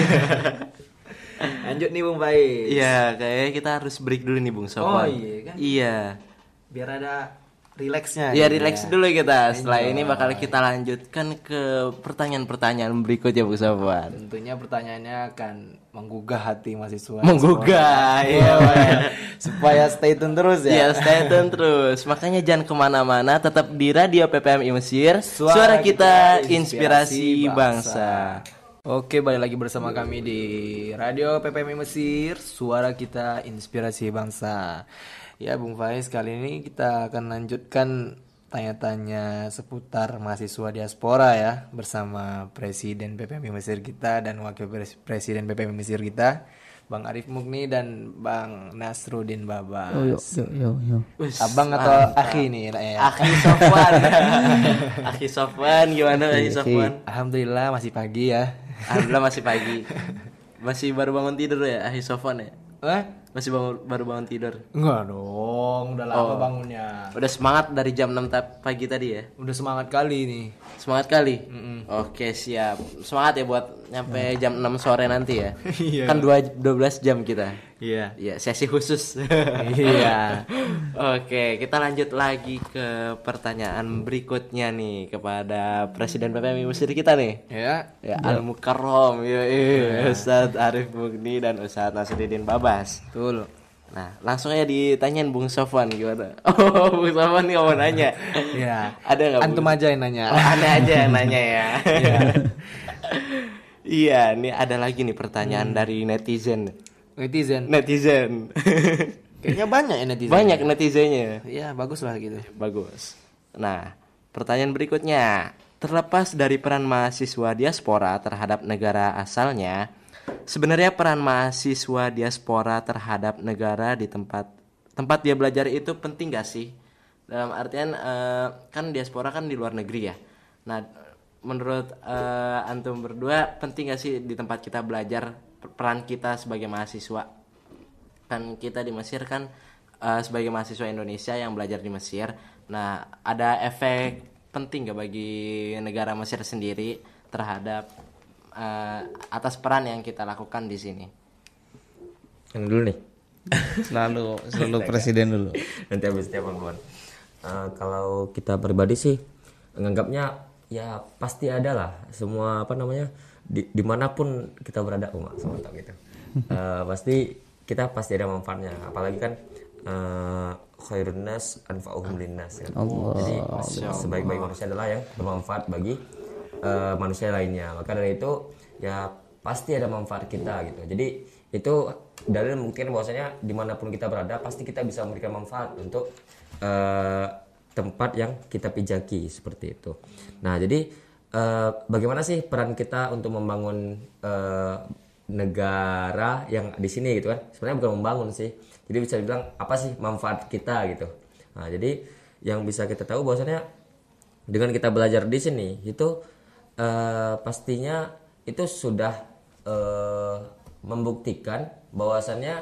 Lanjut nih Bung Faiz. Iya, kayaknya kita harus break dulu nih Bung Sofwan. Iya kan? Iya. Biar ada rileksnya. Iya, relax dulu kita. Setelah ini bakal kita lanjutkan ke pertanyaan-pertanyaan berikutnya Bung Sofwan. Tentunya pertanyaannya akan menggugah hati mahasiswa. Menggugah, iya. Supaya stay tune terus ya. Iya, stay tune terus. Makanya jangan kemana-mana, tetap di Radio PPMI Mesir. Suara kita, inspirasi bangsa. Oke, balik lagi bersama kami di Radio PPMI Mesir, suara kita, inspirasi bangsa. Ya, Bung Faiz, kali ini kita akan lanjutkan tanya-tanya seputar mahasiswa diaspora ya, bersama Presiden PPMI Mesir kita dan Wakil Presiden PPMI Mesir kita, Bang Arif Mukni dan Bang Nasruddin Babas. Yo. Abang atau Akhi nih ya? Akhi Sofwan. Akhi Sofwan, gimana Akhi Sofwan? Alhamdulillah masih pagi ya. Alhamdulillah masih pagi. Masih baru bangun tidur ya Akhi Sofwan ya? Masih baru bangun tidur? Enggak dong, udah lama bangunnya. Udah semangat dari jam 6 pagi tadi ya? Udah semangat kali nih. Semangat kali? Oke, siap. Semangat ya buat nyampe jam 6 sore nanti ya? Iya. Kan 12 jam kita. Iya. Iya, sesi khusus. Iya. Oke, kita lanjut lagi ke pertanyaan berikutnya nih kepada Presiden PPMI Mesir kita nih. Ya. Ya, Al-Mukarram, Ustadz Arif Mugni dan Ustadz Nasruddin Babas. Betul. Nah, langsung aja ditanyain Bung Sofwan gimana? Oh, Bung Sofwan nih mau nanya. Iya. Ada nggak? Antum aja yang nanya. Oh, aneh aja yang nanya ya. Iya, ini ada lagi nih pertanyaan dari netizen. Netizen. Kayaknya banyak ya netizen. Banyak netizennya. Iya, bagus lah gitu. Bagus. Nah, pertanyaan berikutnya. Terlepas dari peran mahasiswa diaspora terhadap negara asalnya, sebenarnya peran mahasiswa diaspora terhadap negara di tempat dia belajar itu penting gak sih? Dalam artian kan diaspora kan di luar negeri ya. Nah, menurut antum berdua penting gak sih di tempat kita belajar peran kita sebagai mahasiswa? Kan kita di Mesir kan sebagai mahasiswa Indonesia yang belajar di Mesir. Nah, ada efek penting gak bagi negara Mesir sendiri terhadap atas peran yang kita lakukan di sini? Yang dulu nih. Selalu presiden dulu. Nanti habis setiap pangkuan. Kalau kita pribadi sih menganggapnya ya pasti ada lah semua dimanapun kita berada mantap gitu. Pasti ada manfaatnya, apalagi kan khairun nas anfa'uhum linnas kan. Jadi sebaik-baik manusia adalah yang bermanfaat bagi manusia lainnya. Maka dari itu ya pasti ada manfaat kita gitu. Jadi itu dalil membuktikan bahwasanya dimanapun kita berada pasti kita bisa memberikan manfaat untuk tempat yang kita pijaki seperti itu. Nah, jadi bagaimana sih peran kita untuk membangun negara yang di sini gitu kan? Sebenarnya bukan membangun sih. Jadi bisa dibilang apa sih manfaat kita gitu. Nah, jadi yang bisa kita tahu bahwasanya dengan kita belajar di sini itu pastinya itu sudah membuktikan bahwasannya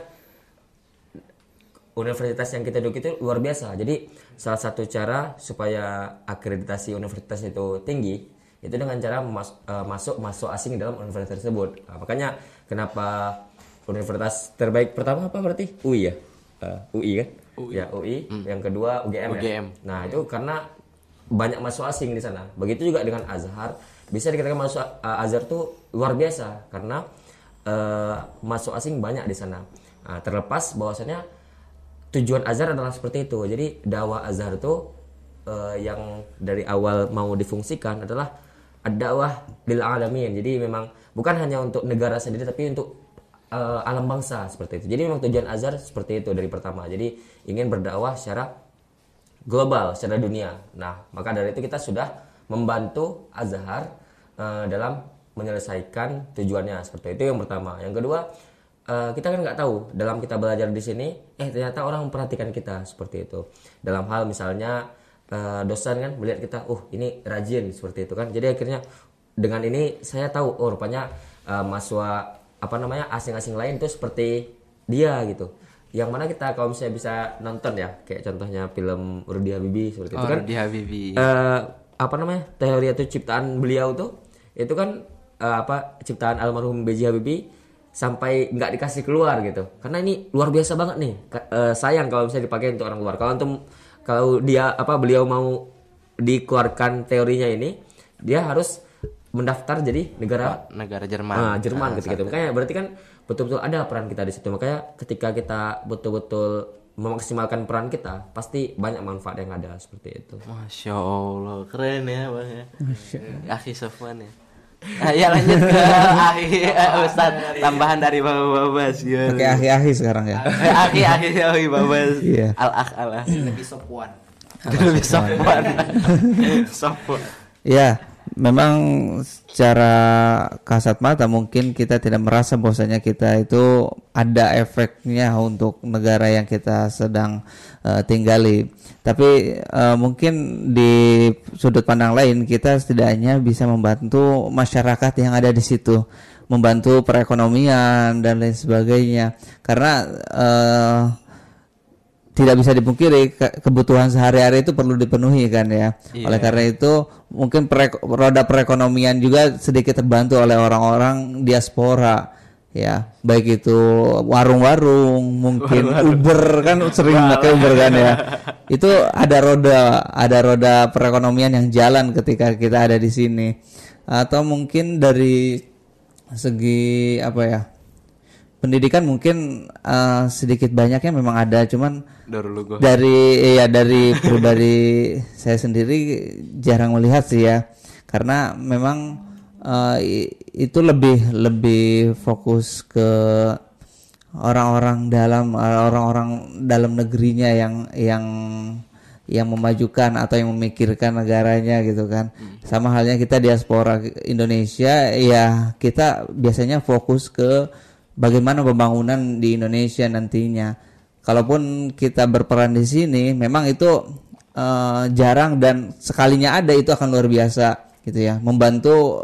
universitas yang kita duduk itu luar biasa. Jadi salah satu cara supaya akreditasi universitas itu tinggi itu dengan cara masuk asing dalam universitas tersebut. Nah, makanya kenapa universitas terbaik pertama apa berarti UI ya? UI kan? UI. Ya UI. Yang kedua UGM. Ya? Nah itu karena banyak masuk asing di sana. Begitu juga dengan Azhar. Bisa dikatakan masuk Azhar tuh luar biasa karena masuk asing banyak di sana. Nah, terlepas bahwasannya tujuan Azhar adalah seperti itu. Jadi dakwah Azhar itu yang dari awal mau difungsikan adalah ad-dakwah lil alamin. Jadi memang bukan hanya untuk negara sendiri tapi untuk alam bangsa seperti itu. Jadi memang tujuan Azhar seperti itu dari pertama. Jadi ingin berdakwah secara global, secara dunia. Nah, maka dari itu kita sudah membantu Azhar dalam menyelesaikan tujuannya seperti itu yang pertama. Yang kedua, kita kan nggak tahu dalam kita belajar di sini, ternyata orang memperhatikan kita seperti itu. Dalam hal misalnya dosen kan melihat kita, ini rajin seperti itu kan. Jadi akhirnya dengan ini saya tahu, rupanya mahasiswa asing-asing lain itu seperti dia gitu. Yang mana kita kalau misalnya bisa nonton ya, kayak contohnya film Rudy Habibie seperti itu kan. Rudy Habibie. Teori atau ciptaan beliau tuh itu kan ciptaan almarhum B.J. Habibie sampai nggak dikasih keluar gitu. Karena ini luar biasa banget nih. Sayang kalau misalnya dipakai untuk orang luar. Kalau beliau mau dikeluarkan teorinya ini, dia harus mendaftar jadi negara Jerman. Jerman gitu. Makanya berarti kan betul-betul ada peran kita di situ. Makanya ketika kita betul-betul memaksimalkan peran kita, pasti banyak manfaat yang ada seperti itu. Masya Allah, keren ya bang ya. Akhi Sofwan ya. Ya lanjut ke Akhi Ustadz, tambahan dari Bapak Babas. Oke, Akhi sekarang ya. Akhi Babas. Iya. Al-akh. Lebih Sofwan. Sofwan. Ya, memang secara kasat mata mungkin kita tidak merasa bahwasanya kita itu ada efeknya untuk negara yang kita sedang tinggali. Tapi mungkin di sudut pandang lain kita setidaknya bisa membantu masyarakat yang ada di situ. membantu perekonomian dan lain sebagainya. Karena tidak bisa dipungkiri kebutuhan sehari-hari itu perlu dipenuhi kan ya. Oleh karena itu mungkin roda perekonomian juga sedikit terbantu oleh orang-orang diaspora ya, baik itu warung-warung, mungkin Uber kan sering pakai Uber kan ya. Itu ada roda perekonomian yang jalan ketika kita ada di sini. Atau mungkin dari segi apa ya, pendidikan mungkin sedikit banyaknya memang ada, cuman dari pribadi saya sendiri jarang melihat sih ya, karena memang itu lebih fokus ke orang-orang dalam negerinya yang memajukan atau yang memikirkan negaranya gitu kan. Sama halnya kita diaspora Indonesia ya, kita biasanya fokus ke bagaimana pembangunan di Indonesia nantinya. Kalaupun kita berperan di sini, memang itu jarang, dan sekalinya ada itu akan luar biasa gitu ya, membantu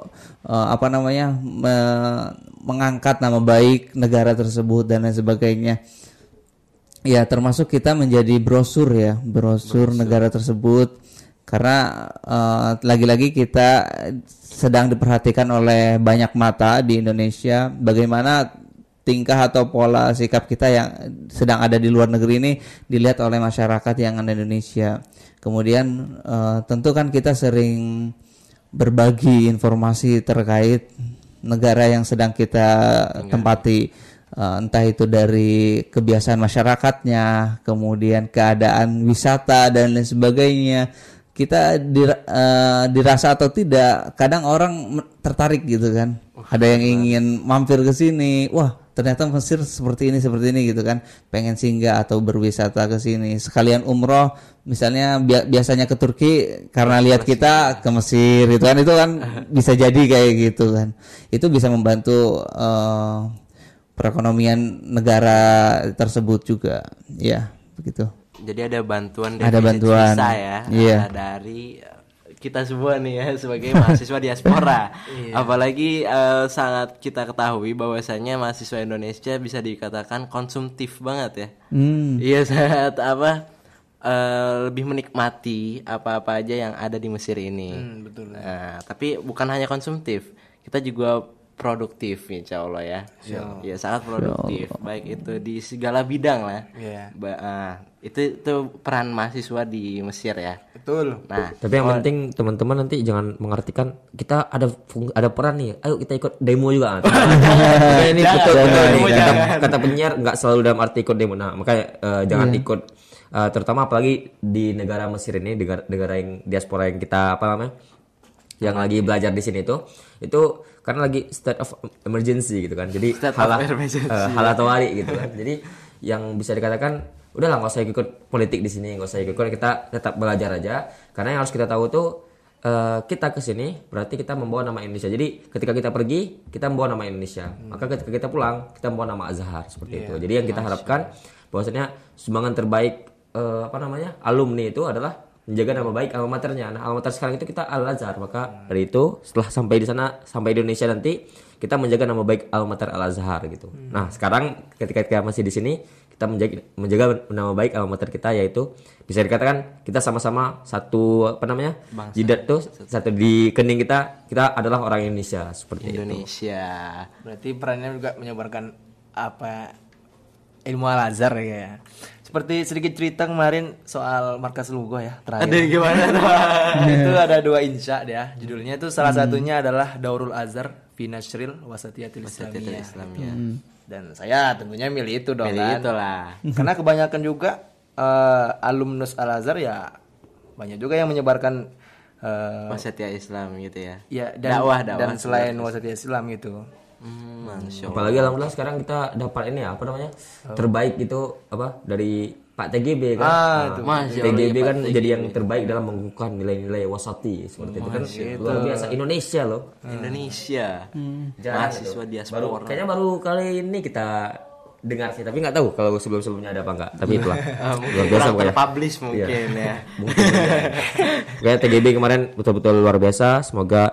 mengangkat nama baik negara tersebut dan lain sebagainya. Ya, termasuk kita menjadi brosur negara tersebut, karena lagi-lagi kita sedang diperhatikan oleh banyak mata di Indonesia, bagaimana tingkah atau pola sikap kita yang sedang ada di luar negeri ini dilihat oleh masyarakat yang ada di Indonesia. Kemudian tentu kan kita sering berbagi informasi terkait negara yang sedang kita tempati, entah itu dari kebiasaan masyarakatnya, kemudian keadaan wisata dan lain sebagainya. Kita dirasa atau tidak, kadang orang tertarik gitu kan. Ada yang ingin mampir ke sini, wah ternyata Mesir seperti ini gitu kan, pengen singgah atau berwisata ke sini. Sekalian umroh, misalnya biasanya ke Turki, karena lihat kita ke Mesir gitu kan, itu kan bisa jadi kayak gitu kan. Itu bisa membantu perekonomian negara tersebut juga, ya begitu. Jadi ada bantuan visa ya, dari kita semua nih ya sebagai mahasiswa diaspora. Apalagi sangat kita ketahui bahwasanya mahasiswa Indonesia bisa dikatakan konsumtif banget ya. Iya, sangat lebih menikmati apa-apa aja yang ada di Mesir ini. Betul. Nah, tapi bukan hanya konsumtif, kita juga produktif, insya Allah ya. Ya sangat produktif, baik itu di segala bidang lah. Itu peran mahasiswa di Mesir ya. Betul. Nah, tapi yang penting teman-teman nanti jangan mengartikan kita ada peran nih, ayo kita ikut demo juga. Ini betul kata penyiar nggak selalu dalam arti ikut demo. Nah, makanya jangan ikut, terutama apalagi di negara Mesir ini, negara yang diaspora yang kita yang lagi belajar di sini itu karena lagi state of emergency gitu kan. Jadi hala tawari gitu kan. Jadi yang bisa dikatakan udahlah nggak usah ikut politik di sini, nggak usah ikut, kita tetap belajar aja. Karena yang harus kita tahu tuh kita kesini berarti kita membawa nama Indonesia. Jadi ketika kita pergi kita membawa nama Indonesia, maka ketika kita pulang kita membawa nama Azhar seperti itu. Jadi yang kita harapkan bahwasanya sumbangan terbaik alumni itu adalah menjaga nama baik alma maternya. Nah, alma mater sekarang itu kita Al-Azhar. Maka dari itu setelah sampai di sana, sampai di Indonesia nanti, kita menjaga nama baik alma mater Al-Azhar gitu. Nah, sekarang ketika kita masih di sini, kita menjaga nama baik alma mater kita, yaitu bisa dikatakan kita sama-sama satu jidat tuh satu di kening kita adalah orang Indonesia seperti Indonesia. Itu. Berarti perannya juga menyebarkan ilmu Al-Azhar ya. Seperti sedikit cerita kemarin soal markas Lugo ya terakhir. Ada gimana tuh? Itu ada 2 insya ya. Judulnya itu salah satunya adalah Daurul Azhar fi Nashril Wasatiyatil Islamiyah. Dan saya tentunya milih itu dong kan. Itulah. Karena kebanyakan juga alumnus Al-Azhar ya banyak juga yang menyebarkan wasatiyah Islam gitu ya. Ya, dakwah dan selain wasatiyah Islam gitu. Apalagi alhamdulillah sekarang kita dapat ini terbaik gitu dari Pak TGB kan. TGB kan jadi yang terbaik dalam mengukuhkan nilai-nilai wasati seperti itu kan. Luar biasa Indonesia loh. Indonesia. Mahasiswa diaspora. Kayaknya baru kali ini kita dengar sih, tapi nggak tahu kalau sebelum-sebelumnya ada apa enggak. Tapi itulah luar biasa pokoknya. Terpublish mungkin ya. Mungkin. Kayak TGB kemarin betul-betul luar biasa. Semoga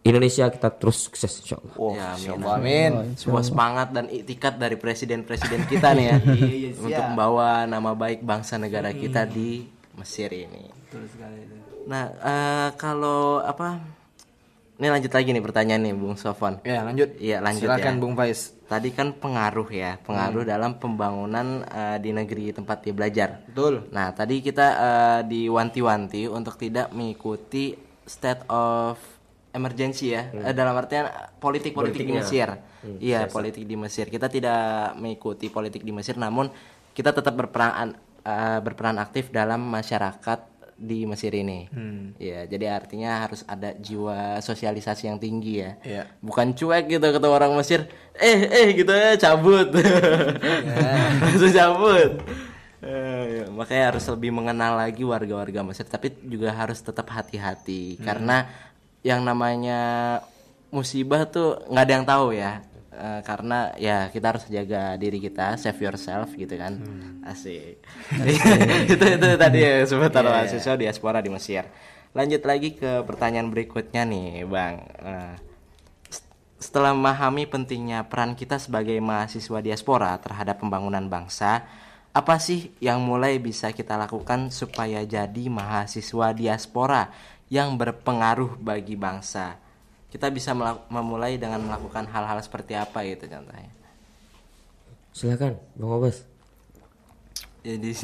Indonesia kita terus sukses insyaallah. Ya, amin. Sebuah semangat dan iktikat dari presiden-presiden kita nih ya untuk membawa nama baik bangsa negara kita di Mesir ini. Nah, kalau ini lanjut lagi nih pertanyaan nih Bung Sofwan. Ya, lanjut. Iya, lanjut. Silakan ya. Bung Faiz. Tadi kan pengaruh dalam pembangunan di negeri tempat dia belajar. Betul. Nah, tadi kita diwanti-wanti untuk tidak mengikuti state of emergency ya, dalam artian politik di Mesir. Iya, politik di Mesir. Kita tidak mengikuti politik di Mesir, namun kita tetap berperan aktif dalam masyarakat di Mesir ini. Ya, jadi artinya harus ada jiwa sosialisasi yang tinggi ya. Bukan cuek gitu ketemu orang Mesir, gitu ya cabut. Langsung cabut. Makanya harus lebih mengenal lagi warga-warga Mesir, tapi juga harus tetap hati-hati karena yang namanya musibah tuh nggak ada yang tahu ya. Karena ya kita harus jaga diri kita, save yourself gitu kan. Asik. itu tadi ya sebentar mahasiswa diaspora di Mesir. Lanjut lagi ke pertanyaan berikutnya nih Bang. Setelah memahami pentingnya peran kita sebagai mahasiswa diaspora terhadap pembangunan bangsa, apa sih yang mulai bisa kita lakukan supaya jadi mahasiswa diaspora yang berpengaruh bagi bangsa? Kita bisa memulai dengan melakukan hal-hal seperti apa gitu contohnya. Silakan Bang Obas. Jadi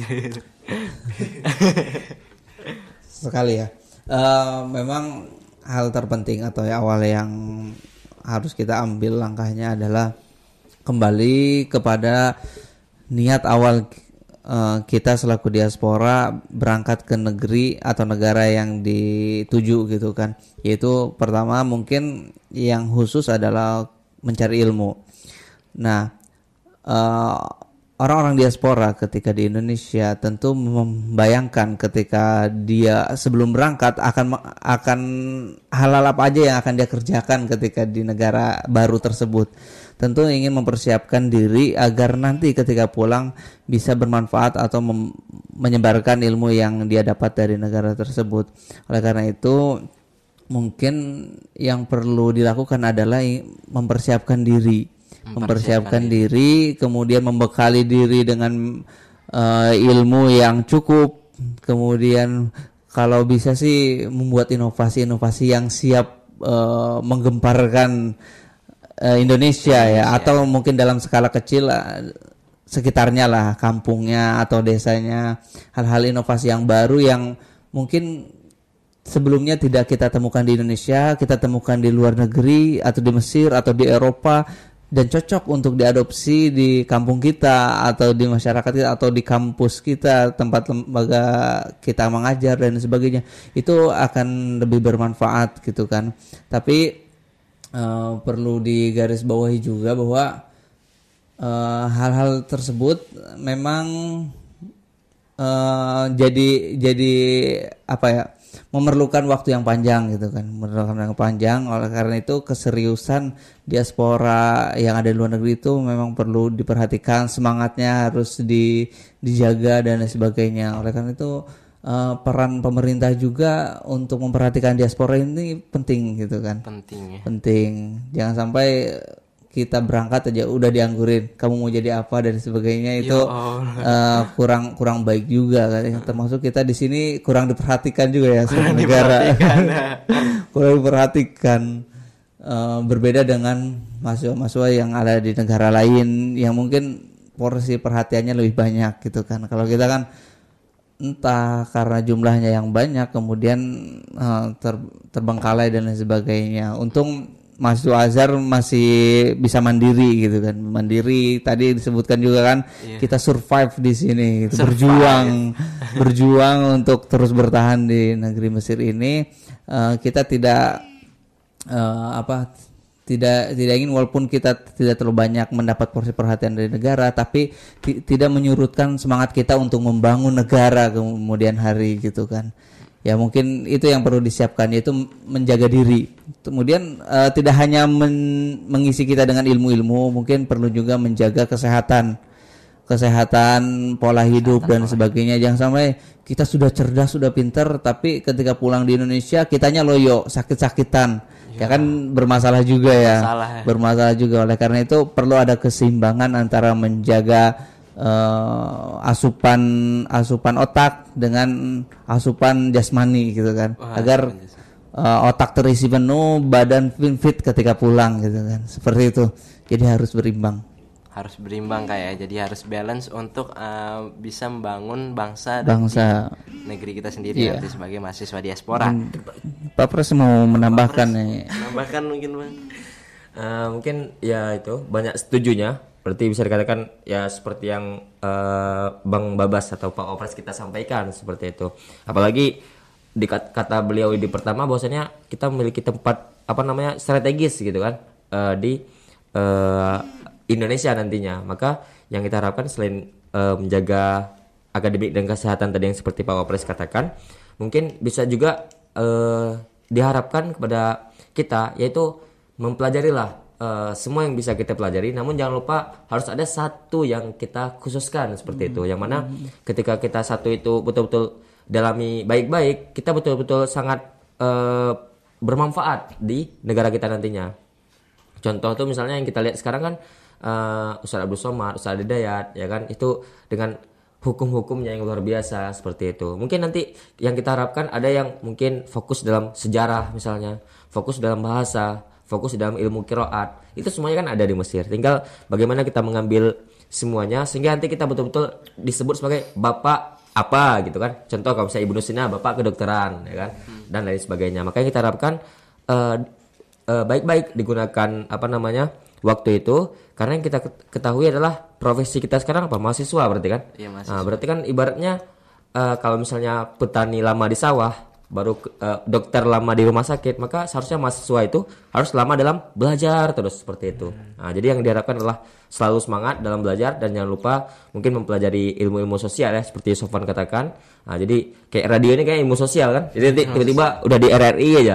sekali ya. Memang hal terpenting atau awal yang harus kita ambil langkahnya adalah kembali kepada niat awal kita selaku diaspora berangkat ke negeri atau negara yang dituju gitu kan. Yaitu pertama mungkin yang khusus adalah mencari ilmu. Nah, orang-orang diaspora ketika di Indonesia tentu membayangkan ketika dia sebelum berangkat akan hal-hal apa aja yang akan dia kerjakan ketika di negara baru tersebut. Tentu ingin mempersiapkan diri agar nanti ketika pulang bisa bermanfaat atau menyebarkan ilmu yang dia dapat dari negara tersebut. Oleh karena itu mungkin yang perlu dilakukan adalah mempersiapkan diri, kemudian membekali diri dengan ilmu yang cukup, kemudian kalau bisa sih membuat inovasi-inovasi yang siap menggemparkan Indonesia ya, atau mungkin dalam skala kecil sekitarnya lah, kampungnya atau desanya, hal-hal inovasi yang baru yang mungkin sebelumnya tidak kita temukan di Indonesia, kita temukan di luar negeri atau di Mesir atau di Eropa dan cocok untuk diadopsi di kampung kita atau di masyarakat kita atau di kampus kita, tempat lembaga kita mengajar dan sebagainya. Itu akan lebih bermanfaat gitu kan. Tapi perlu digarisbawahi juga bahwa hal-hal tersebut memang jadi apa ya, memerlukan waktu yang panjang gitu kan, oleh karena itu keseriusan diaspora yang ada di luar negeri itu memang perlu diperhatikan, semangatnya harus dijaga dan sebagainya. Oleh karena itu peran pemerintah juga untuk memperhatikan diaspora ini penting gitu kan. Penting. Jangan sampai kita berangkat aja udah dianggurin, kamu mau jadi apa dan sebagainya, itu kurang baik juga kan. Termasuk kita di sini kurang diperhatikan juga ya sama negara. Kurang diperhatikan. Berbeda dengan mahasiswa yang ada di negara lain yang mungkin porsi perhatiannya lebih banyak gitu kan. Kalau kita kan entah karena jumlahnya yang banyak kemudian terbengkalai dan lain sebagainya. Untung mahasiswa Azhar masih bisa mandiri gitu kan. Mandiri tadi disebutkan juga kan, kita survive di sini gitu. Berjuang untuk terus bertahan di negeri Mesir ini. Kita tidak tidak ingin, walaupun kita tidak terlalu banyak mendapat porsi perhatian dari negara, tapi tidak menyurutkan semangat kita untuk membangun negara kemudian hari gitu kan. Ya mungkin itu yang perlu disiapkan, yaitu menjaga diri. Kemudian tidak hanya mengisi kita dengan ilmu-ilmu, mungkin perlu juga menjaga kesehatan. kesehatan, pola hidup dan sebagainya. Jangan sampai kita sudah cerdas, sudah pinter, tapi ketika pulang di Indonesia kitanya loyo, sakit-sakitan. Ya kan bermasalah juga ya. Bermasalah juga. Oleh karena itu perlu ada keseimbangan antara menjaga asupan otak dengan asupan jasmani gitu kan. Agar otak terisi penuh, badan fit ketika pulang gitu kan. Seperti itu. Jadi harus berimbang. Harus berimbang kayak, jadi harus balance untuk bisa membangun bangsa di negeri kita sendiri nanti sebagai mahasiswa diaspora. Pak Pres mau menambahkan nih. Menambahkan mungkin Bang. Mungkin ya itu banyak setujunya. Berarti bisa dikatakan ya seperti yang Bang Babas atau Pak Opres kita sampaikan seperti itu. Apalagi kata beliau di pertama bahwasanya kita memiliki tempat strategis gitu kan di Indonesia nantinya. Maka yang kita harapkan selain menjaga akademik dan kesehatan tadi yang seperti Pak Wapres katakan, mungkin bisa juga diharapkan kepada kita yaitu mempelajarilah semua yang bisa kita pelajari, namun jangan lupa harus ada satu yang kita khususkan seperti itu, yang mana ketika kita satu itu betul-betul dalami baik-baik, kita betul-betul sangat bermanfaat di negara kita nantinya. Contoh tuh misalnya yang kita lihat sekarang kan Ustaz Abdul Somad, Ustaz Hidayat, ya kan, itu dengan hukum-hukumnya yang luar biasa seperti itu. Mungkin nanti yang kita harapkan ada yang mungkin fokus dalam sejarah misalnya, fokus dalam bahasa, fokus dalam ilmu qiraat. Itu semuanya kan ada di Mesir. Tinggal bagaimana kita mengambil semuanya sehingga nanti kita betul-betul disebut sebagai bapak apa gitu kan. Contoh kalau misalnya Ibnu Sina bapak kedokteran, ya kan, dan lain sebagainya. Makanya kita harapkan baik-baik digunakan waktu itu, karena yang kita ketahui adalah profesi kita sekarang apa, mahasiswa berarti kan. Iya, mahasiswa. Nah, berarti kan ibaratnya kalau misalnya petani lama di sawah, baru dokter lama di rumah sakit, maka seharusnya mahasiswa itu harus lama dalam belajar terus seperti itu. Nah, jadi yang diharapkan adalah selalu semangat dalam belajar dan jangan lupa mungkin mempelajari ilmu-ilmu sosial ya, seperti Sofwan katakan. Nah, jadi kayak radio ini kayak ilmu sosial kan. Jadi tiba-tiba udah di RRI aja.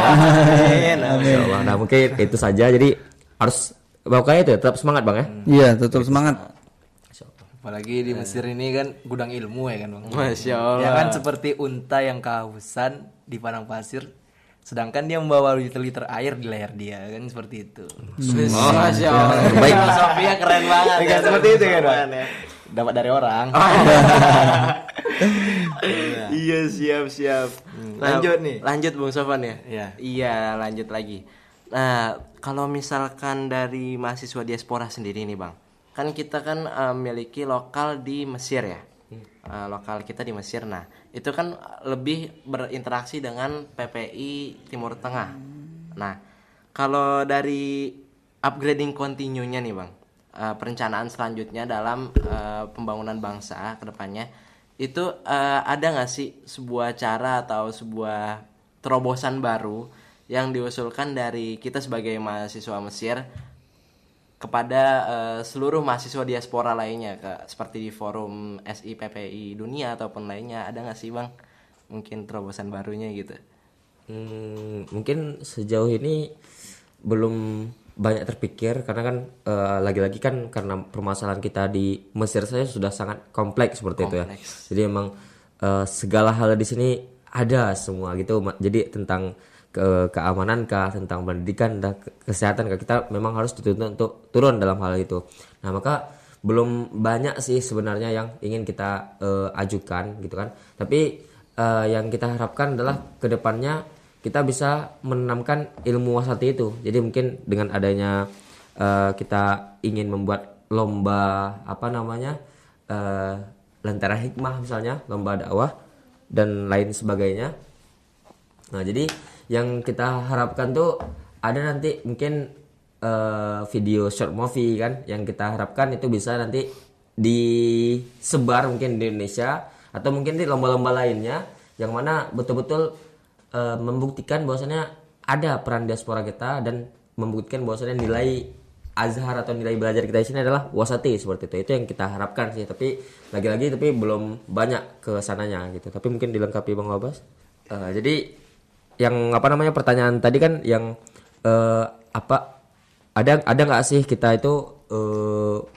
Nah, mungkin itu saja. Jadi harus pokoknya itu tetap semangat Bang ya. Iya, tetap semangat. Apalagi di Mesir ini kan gudang ilmu ya kan Bang. Masya Allah. Ya kan seperti unta yang kehausan di padang pasir, sedangkan dia membawa liter-liter air di leher dia, kan seperti itu. Masya Allah. Baik. Sofia keren banget. Kan seperti itu kan Bang. Dapat dari orang. Iya, siap. Lanjut nih. Lanjut Bung Sofwan ya. Iya. Iya, lanjut lagi. Nah, kalau misalkan dari mahasiswa diaspora sendiri nih Bang, kan kita kan memiliki lokal di Mesir ya. Lokal kita di Mesir. Nah, itu kan lebih berinteraksi dengan PPI Timur Tengah. Nah, kalau dari upgrading continue-nya nih Bang, perencanaan selanjutnya dalam pembangunan bangsa ke depannya, itu ada nggak sih sebuah cara atau sebuah terobosan baru yang diusulkan dari kita sebagai mahasiswa Mesir kepada seluruh mahasiswa diaspora lainnya, seperti di forum SIPPI dunia ataupun lainnya, ada nggak sih Bang mungkin terobosan barunya gitu? Mungkin sejauh ini belum banyak terpikir, karena kan lagi-lagi kan karena permasalahan kita di Mesir saja sudah sangat kompleks seperti itu ya. Jadi emang segala hal di sini ada semua gitu. Jadi tentang keamanan kah, tentang pendidikan dan kesehatan kah, kita memang harus dituntut untuk turun dalam hal itu. Nah, maka belum banyak sih sebenarnya yang ingin kita ajukan gitu kan. Tapi yang kita harapkan adalah kedepannya kita bisa menanamkan ilmu wasati itu. Jadi mungkin dengan adanya kita ingin membuat lomba Lentera Hikmah misalnya, lomba dakwah dan lain sebagainya. Nah, jadi yang kita harapkan tuh ada nanti mungkin video short movie kan, yang kita harapkan itu bisa nanti disebar mungkin di Indonesia atau mungkin di lomba-lomba lainnya, yang mana betul-betul membuktikan bahwasannya ada peran diaspora kita dan membuktikan bahwasannya nilai Azhar atau nilai belajar kita di sini adalah wasati seperti itu. Itu yang kita harapkan sih, tapi lagi-lagi belum banyak ke sananya gitu. Tapi mungkin dilengkapi Bang Wabas. Jadi yang pertanyaan tadi kan yang ada nggak sih kita itu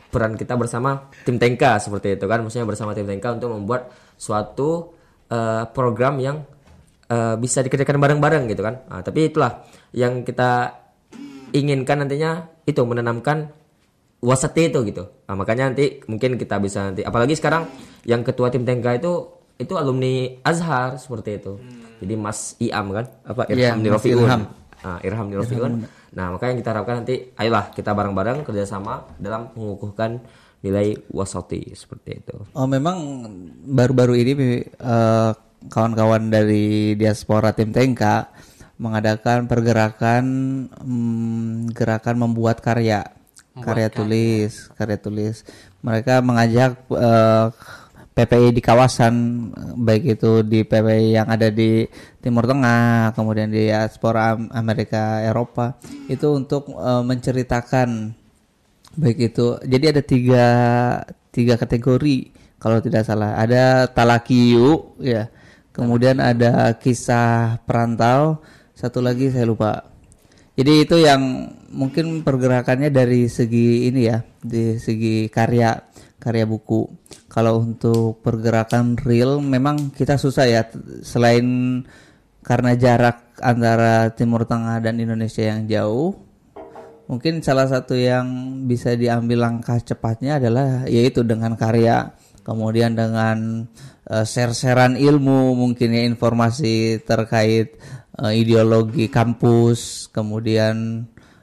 peran kita bersama tim Tenka seperti itu kan, maksudnya bersama tim Tenka untuk membuat suatu program yang bisa dikerjakan bareng-bareng gitu kan. Tapi itulah yang kita inginkan nantinya, itu menanamkan wasati itu gitu. Makanya nanti mungkin kita bisa nanti, apalagi sekarang yang ketua tim Tenka itu alumni Azhar seperti itu. Jadi Mas Iam kan, Irham Nirofiun. Irham Nirofiun. Nah, makanya yang kita harapkan nanti, ayolah kita bareng-bareng kerjasama dalam mengukuhkan nilai wasati seperti itu. Memang baru-baru ini kawan-kawan dari diaspora tim Tenka mengadakan pergerakan gerakan membuat karya tulis. Mereka mengajak PPI di kawasan, baik itu di PPI yang ada di Timur Tengah, kemudian di diaspora Amerika, Eropa, itu untuk menceritakan, baik itu, jadi ada tiga kategori kalau tidak salah. Ada talakiyu, ya, kemudian ada kisah perantau, satu lagi saya lupa. Jadi itu yang mungkin pergerakannya dari segi ini ya, di segi karya buku. Kalau untuk pergerakan real memang kita susah ya, selain karena jarak antara Timur Tengah dan Indonesia yang jauh. Mungkin salah satu yang bisa diambil langkah cepatnya adalah yaitu dengan karya, kemudian dengan share-sharean ilmu, mungkin ya, informasi terkait ideologi kampus, kemudian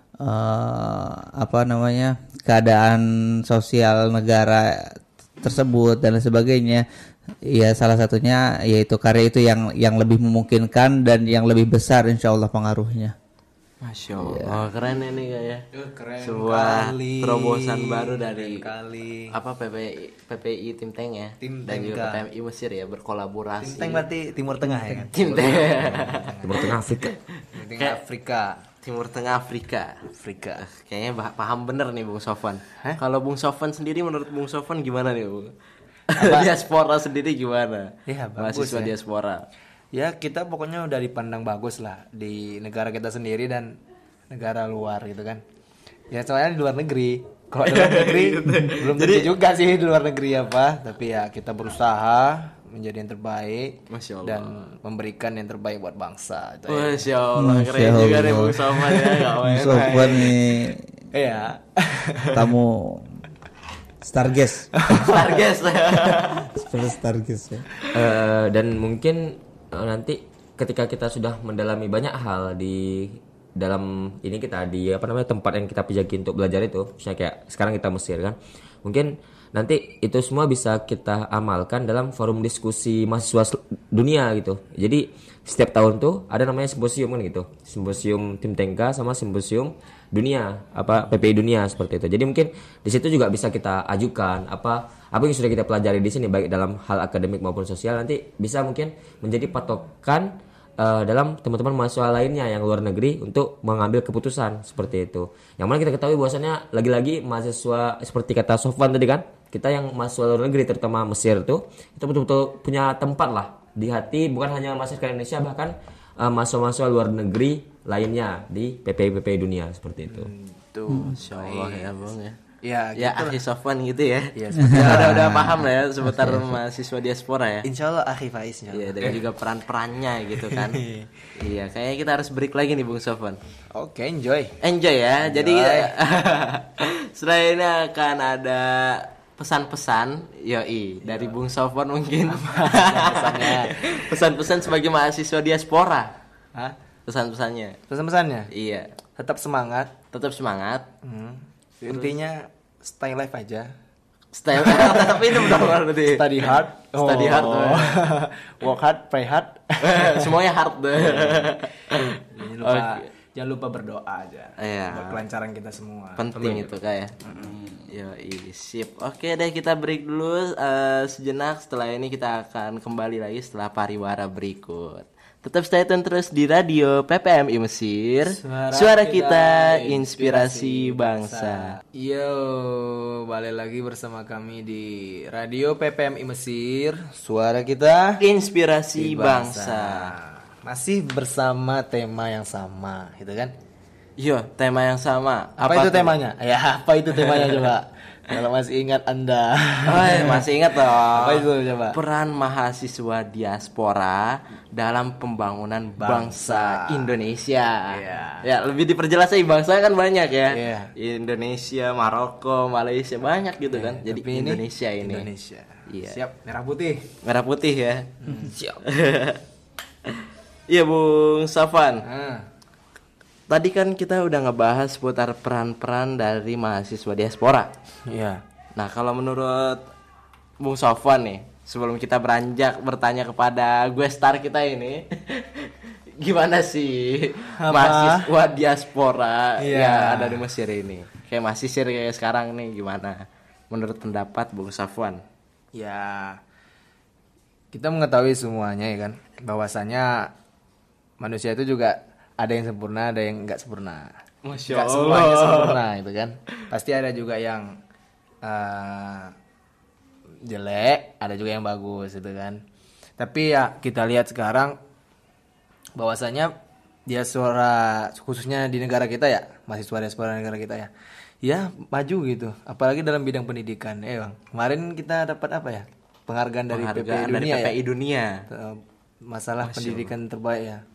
keadaan sosial negara tersebut dan sebagainya. Ya, salah satunya yaitu karya itu yang lebih memungkinkan dan yang lebih besar insya Allah pengaruhnya. Masya Allah, keren ini kayaknya. Keren Sebuah kali. terobosan baru dari Kali. PPI Tim Tank ya, Tim dan juga Tenka. PPMI Mesir ya, berkolaborasi. Tim Tank berarti Timur Tengah ya kan? Tim Tank. Timur Tengah Afrika. Tengah Afrika. Timur Tengah Afrika. Kayaknya paham bener nih Bung Sofwan. Kalau Bung Sofwan sendiri, menurut Bung Sofwan gimana nih Bung? Diaspora sendiri gimana? Ya, bagus mahasiswa ya. diaspora. Ya, kita pokoknya udah dipandang bagus lah di negara kita sendiri dan negara luar gitu kan. Ya, soalnya di luar negeri. Kalau di luar negeri belum tentu juga sih di luar negeri apa, tapi ya kita berusaha menjadi yang terbaik. Masya Allah. Dan memberikan yang terbaik buat bangsa. Itu ya. Masya Allah, keren juga nih Bung Sofwan ya. Bung Sofwan nih Iya. tamu Starguest. Starguest ya. Dan mungkin nanti ketika kita sudah mendalami banyak hal di dalam ini kita di tempat yang kita pijaki untuk belajar itu, misalnya kayak sekarang kita Mesir kan, mungkin nanti itu semua bisa kita amalkan dalam forum diskusi mahasiswa dunia gitu. Jadi setiap tahun tuh ada namanya simposium kan gitu, simposium Tim Tenka sama simposium dunia PPI dunia seperti itu. Jadi mungkin di situ juga bisa kita ajukan apa yang sudah kita pelajari di sini, baik dalam hal akademik maupun sosial, nanti bisa mungkin menjadi patokan dalam teman-teman mahasiswa lainnya yang luar negeri untuk mengambil keputusan seperti itu. Yang mana kita ketahui bahwasannya lagi-lagi mahasiswa seperti kata Sofwan tadi kan, kita yang mahasiswa luar negeri terutama Mesir itu betul-betul punya tempat lah di hati, bukan hanya mahasiswa Indonesia, bahkan mahasiswa-mahasiswa luar negeri lainnya di PPI dunia seperti itu. Tuh, Masya Allah ya Bung ya. Ya, Ya, gitu Akhi Sofwan gitu ya. Iya, udah paham lah ya seputar mahasiswa diaspora ya. Insya Allah Akhi Faiz. Iya, dan juga peran-perannya gitu kan. Iya, kayaknya kita harus break lagi nih Bung Sofwan. Oke, enjoy. Enjoy ya. Jadi setelah ini akan ada pesan-pesan dari Bung Sofwan mungkin. Pesan-pesan sebagai mahasiswa diaspora. Hah? Pesan-pesannya. Pesan-pesannya? Iya. Tetap semangat. Tetap semangat. Intinya stay live aja. Style tapi itu benar berarti. Study hard. Study hard. Work hard, pray hard. Semuanya hard deh. Jangan lupa berdoa aja. Iya. Buat kelancaran kita semua. Penting itu kayak. Sip. Oke deh, kita break dulu sejenak. Setelah ini kita akan kembali lagi setelah pariwara berikut. Tetap stay tune terus di radio PPMI Mesir. Suara kita, inspirasi bangsa. Yo, balik lagi bersama kami di radio PPMI Mesir. Suara kita, Inspirasi bangsa. Masih bersama tema yang sama, gitu kan? Iya, tema yang sama. Apa itu tuh? temanya? Ya, apa itu temanya coba? Kalau masih ingat Anda. Masih ingat dong. Apa itu coba? Peran mahasiswa diaspora dalam pembangunan bangsa Indonesia. Ya, lebih diperjelas aja, bangsa kan banyak ya. Indonesia, Maroko, Malaysia, banyak gitu kan. Jadi Indonesia ini. Indonesia. Iya. Siap, merah putih. Merah putih ya. Siap. Iya, Bung Safan. Tadi kan kita udah ngebahas seputar peran-peran dari mahasiswa diaspora. Iya. Nah, kalau menurut Bung Sofwan nih, sebelum kita beranjak bertanya kepada gue star kita ini, gimana sih mahasiswa diaspora yang ada di Mesir ini? Kayak mahasiswa kayak sekarang nih, gimana? Menurut pendapat Bung Sofwan? Ya, kita mengetahui semuanya ya kan, bahwasanya manusia itu juga ada yang sempurna, ada yang enggak sempurna. Masya Nggak Allah. semuanya sempurna itu kan. Pasti ada juga yang jelek, ada juga yang bagus itu kan. Tapi ya kita lihat sekarang bahwasanya diaspora khususnya di negara kita ya, mahasiswa diaspora negara kita ya. Ya, maju gitu. Apalagi dalam bidang pendidikan. Bang. Kemarin kita dapat apa ya? Penghargaan dari PPI Dari Dunia PPI ya. Dunia. Masalah pendidikan terbaik ya.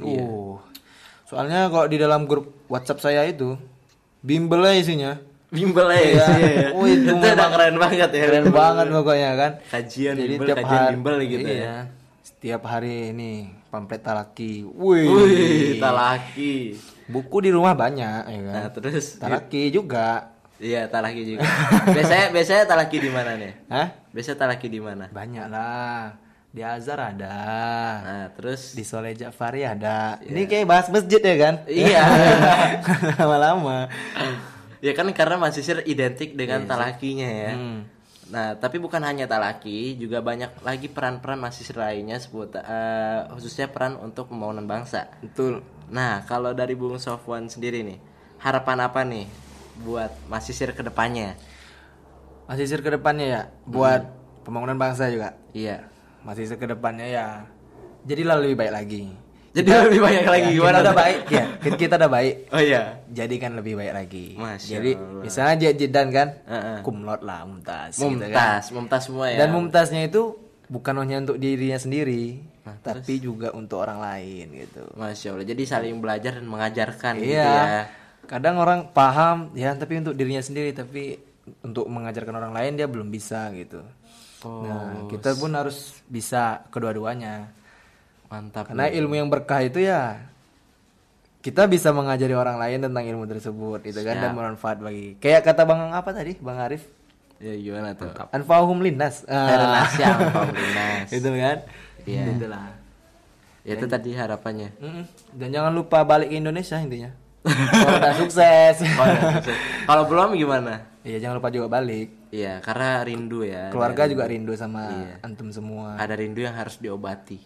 Soalnya kalau di dalam grup WhatsApp saya itu bimbel aja isinya. Bimbel ya. Itu Itu udah keren banget ya. Keren banget pokoknya kan. Kajian Jadi bimbel, tiap kajian hari, bimbel gitu iya, ya. Setiap hari ini pamflet talaki. Wih, talaki. Buku di rumah banyak ya kan. Nah, terus Talaki juga. iya, talaki juga. Biasanya talaki di mana nih? Hah? Biasanya talaki di mana? Banyak lah. Di Azhar ada. Nah, terus Di Soleh Ja'fari ada. Ini kayak bahas masjid ya kan? iya. Lama-lama. Ya kan karena mahasiswa identik dengan talakinya ya. Nah, tapi bukan hanya talaki, juga banyak lagi peran-peran mahasiswa lainnya seputar khususnya peran untuk pembangunan bangsa. Betul. Nah, kalau dari Bung Sofwan sendiri nih, harapan apa nih buat mahasiswa kedepannya? Mahasiswa ke depannya ya buat pembangunan bangsa juga. Iya. Mahasiswa ke depannya ya jadilah lebih baik lagi. Jadi lebih banyak lagi Ya, gimana? kita udah tuh? baik ya. Kita udah baik. Oh iya. Jadikan lebih baik lagi. Masya Jadi Allah. misalnya Jidan kan, Heeh. kumlot lah, mumtaz, gitu kan. Mumtaz semua ya. Dan mumtaznya itu bukan hanya untuk dirinya sendiri, tapi juga untuk orang lain gitu. Masya Allah. Jadi saling belajar dan mengajarkan gitu Iya. ya. Kadang orang paham ya, tapi untuk dirinya sendiri, tapi untuk mengajarkan orang lain dia belum bisa gitu. Nah, kita pun harus bisa kedua-duanya. Mantap. Karena ilmu yang berkah itu ya kita bisa mengajari orang lain tentang ilmu tersebut itu kan, dan bermanfaat bagi. Kayak kata Bang apa tadi? Bang Arif. Ya gimana tuh? Anfa'uhum linnas. Indonesia, Dinas. Itu kan? Iya. Itulah. Itu tadi harapannya. Dan jangan lupa balik ke Indonesia intinya. Kalau udah sukses. Oh, ya, sukses. Kalau belum gimana? Iya, jangan lupa juga balik. Iya, karena rindu ya. Keluarga juga rindu sama antum semua. Ada rindu yang harus diobati.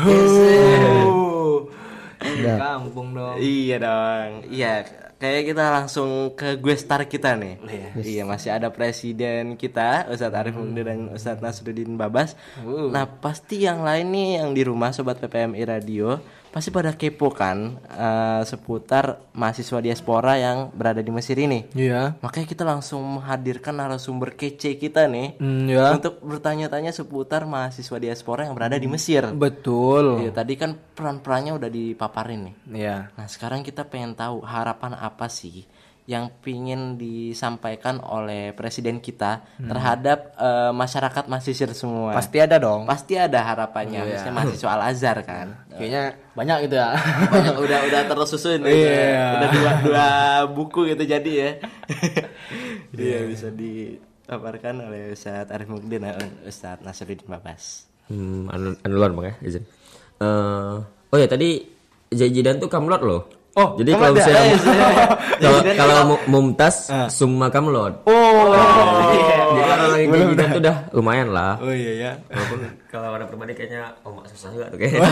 Kampung dong. Iya dong. Iya, kayak kita langsung ke gue star kita nih. Iya, masih ada presiden kita, Ustadz Arif Mukdi dan Ustadz Nasruddin Babas. Nah, pasti yang lain nih yang di rumah sobat PPMI Radio pasti pada kepo kan seputar mahasiswa diaspora yang berada di Mesir ini. Iya. Makanya kita langsung menghadirkan narasumber kece kita nih Ya. untuk bertanya-tanya seputar mahasiswa diaspora yang berada di Mesir. Betul. Iya, tadi kan peran-perannya udah dipaparin nih. Iya. Nah, sekarang kita pengen tahu harapan apa sih yang pingin disampaikan oleh presiden kita terhadap masyarakat mahasiswa semua. Pasti ada dong. Pasti ada harapannya. Misalnya mahasiswa Al Azhar kan. Kayaknya banyak gitu ya. Banyak, udah tersusun gitu ya. Udah dua buku gitu jadi ya. Iya, bisa dipaparkan oleh Ustadz Arif Mukdi dan Ustadz Nasruddin Babas. Anulan bang ya izin. Oh ya tadi Jajidan tuh kamlot loh. Oh, jadi kamlot kalau ya? misalnya kalau Mumtaz summa kamlot. Jadi kalau lagi Jajidan tuh udah lumayan lah. Oh iya ya. Walaupun kalau ada pribadi kayaknya susah juga tuh kayaknya.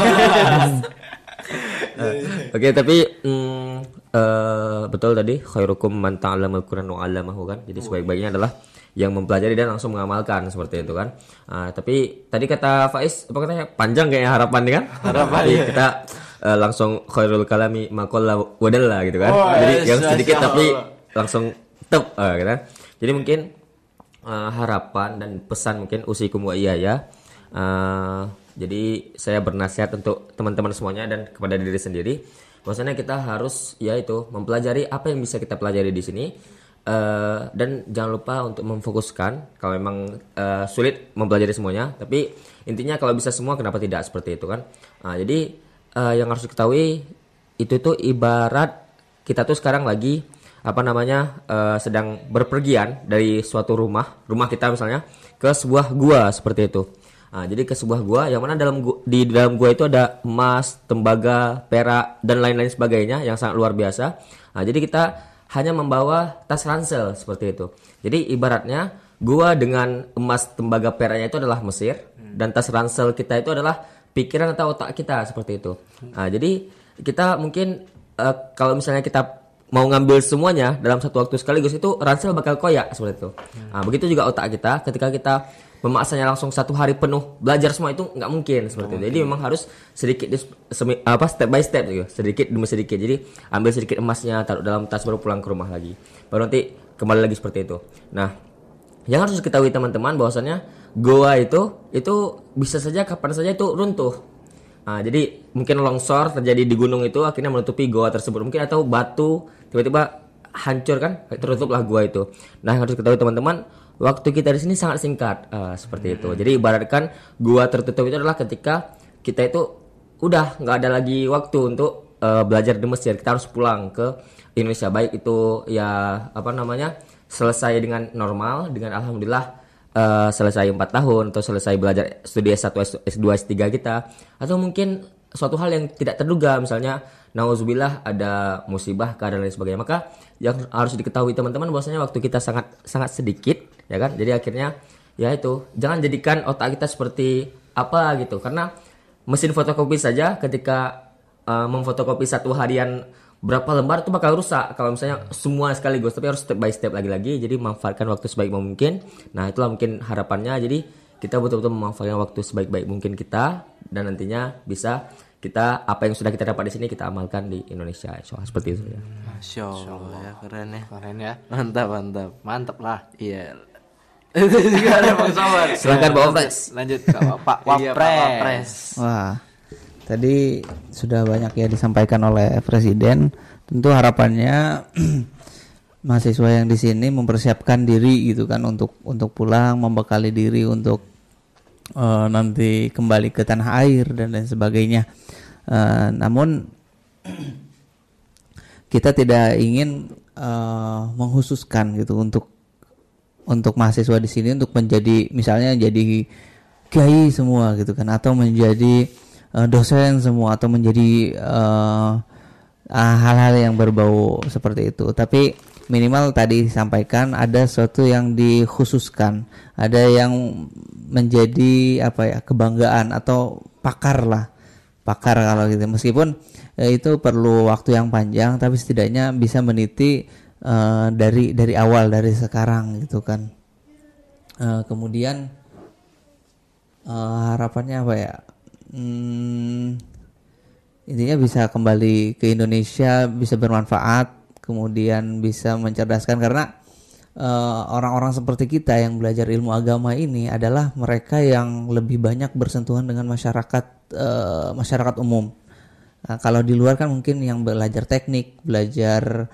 Oke, tapi betul tadi khairukum man ta'allamal Qur'an wa 'allamahu kan. Jadi sebaik-baiknya adalah yang mempelajari dan langsung mengamalkan seperti itu kan. Tapi tadi kata Faiz apa katanya panjang kayaknya harapan nih kan. Jadi kita langsung khairul kalami maqalla wadalla gitu kan. Jadi yang sedikit tapi langsung tep gitu kan. Jadi mungkin harapan dan pesan mungkin usikum wa iya ya. Jadi saya bernasihat untuk teman-teman semuanya dan kepada diri sendiri, bahwasanya kita harus yaitu mempelajari apa yang bisa kita pelajari di sini, dan jangan lupa untuk memfokuskan kalau memang sulit mempelajari semuanya, tapi intinya kalau bisa semua kenapa tidak, seperti itu kan. Jadi yang harus diketahui itu tuh ibarat kita tuh sekarang lagi sedang berpergian dari suatu rumah kita misalnya ke sebuah gua seperti itu. Jadi ke sebuah gua yang mana di dalam gua itu ada emas, tembaga, perak dan lain-lain sebagainya yang sangat luar biasa. Jadi kita hanya membawa tas ransel seperti itu. Jadi ibaratnya gua dengan emas, tembaga, peraknya itu adalah Mesir dan tas ransel kita itu adalah pikiran atau otak kita seperti itu. Jadi kita mungkin kalau misalnya kita mau ngambil semuanya dalam satu waktu sekaligus, itu ransel bakal koyak seperti itu. Begitu juga otak kita, ketika kita memaksanya langsung satu hari penuh belajar semua itu nggak mungkin seperti itu. Jadi memang harus sedikit step by step gitu, sedikit demi sedikit. Jadi ambil sedikit emasnya, taruh dalam tas, baru pulang ke rumah lagi, baru nanti kembali lagi seperti itu. Nah, yang harus diketahui teman-teman bahwasannya goa itu bisa saja kapan saja itu runtuh. Jadi mungkin longsor terjadi di gunung itu akhirnya menutupi goa tersebut, mungkin atau batu tiba-tiba hancur kan, tertutuplah goa itu. Nah, yang harus diketahui teman-teman, waktu kita di sini sangat singkat seperti itu. Jadi ibaratkan goa tertutup itu adalah ketika kita itu udah nggak ada lagi waktu untuk belajar di Mesir, kita harus pulang ke Indonesia, baik itu ya selesai dengan normal, dengan alhamdulillah selesai 4 tahun atau selesai belajar studi S1, S2, S3 kita, atau mungkin suatu hal yang tidak terduga, misalnya nauzubillah ada musibah, dan lain sebagainya. Maka yang harus diketahui teman-teman bahwasanya waktu kita sangat sedikit, ya kan? Jadi akhirnya ya itu, jangan jadikan otak kita seperti apa gitu, karena mesin fotokopi saja ketika memfotokopi satu harian berapa lembar itu bakal rusak kalau misalnya semua sekaligus, tapi harus step by step lagi-lagi. Jadi manfaatkan waktu sebaik mungkin. Nah, itulah mungkin harapannya. Jadi kita betul-betul memanfaatkan waktu sebaik-baik mungkin kita, dan nantinya bisa kita apa yang sudah kita dapat di sini kita amalkan di Indonesia. Insyaallah seperti itu ya. Masya Allah ya, keren ya. Mantap lah. Iya. Juga ada Bang Somad. Silakan Pak Wapres. Lanjut Pak Wapres. Wah, tadi sudah banyak ya disampaikan oleh Presiden. Tentu harapannya mahasiswa yang di sini mempersiapkan diri gitu kan untuk pulang, membekali diri untuk nanti kembali ke tanah air dan lain sebagainya. Namun kita tidak ingin menghususkan gitu untuk mahasiswa di sini untuk menjadi misalnya jadi kiai semua gitu kan, atau menjadi dosen semua, atau menjadi hal-hal yang berbau seperti itu. Tapi minimal tadi disampaikan ada sesuatu yang dikhususkan, ada yang menjadi kebanggaan atau pakar kalau gitu. Meskipun itu perlu waktu yang panjang, tapi setidaknya bisa meniti dari awal, dari sekarang gitu kan. Kemudian harapannya intinya bisa kembali ke Indonesia, bisa bermanfaat, kemudian bisa mencerdaskan, karena orang-orang seperti kita yang belajar ilmu agama ini adalah mereka yang lebih banyak bersentuhan dengan masyarakat umum. Nah, kalau di luar kan mungkin yang belajar teknik, belajar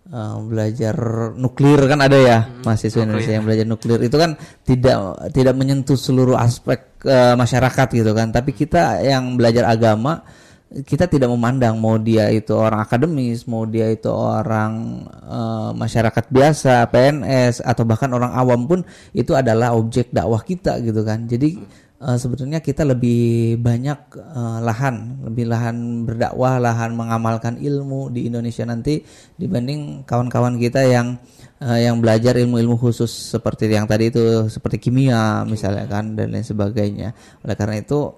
nuklir kan ada ya, mahasiswa Indonesia yang belajar nuklir itu kan tidak menyentuh seluruh aspek masyarakat gitu kan. Tapi kita yang belajar agama, kita tidak memandang mau dia itu orang akademis, mau dia itu orang masyarakat biasa, PNS, atau bahkan orang awam pun itu adalah objek dakwah kita gitu kan. Jadi sebetulnya kita lebih banyak lahan berdakwah, lahan mengamalkan ilmu di Indonesia nanti dibanding kawan-kawan kita yang belajar ilmu-ilmu khusus seperti yang tadi itu, seperti kimia misalnya kan, dan lain sebagainya. Oleh karena itu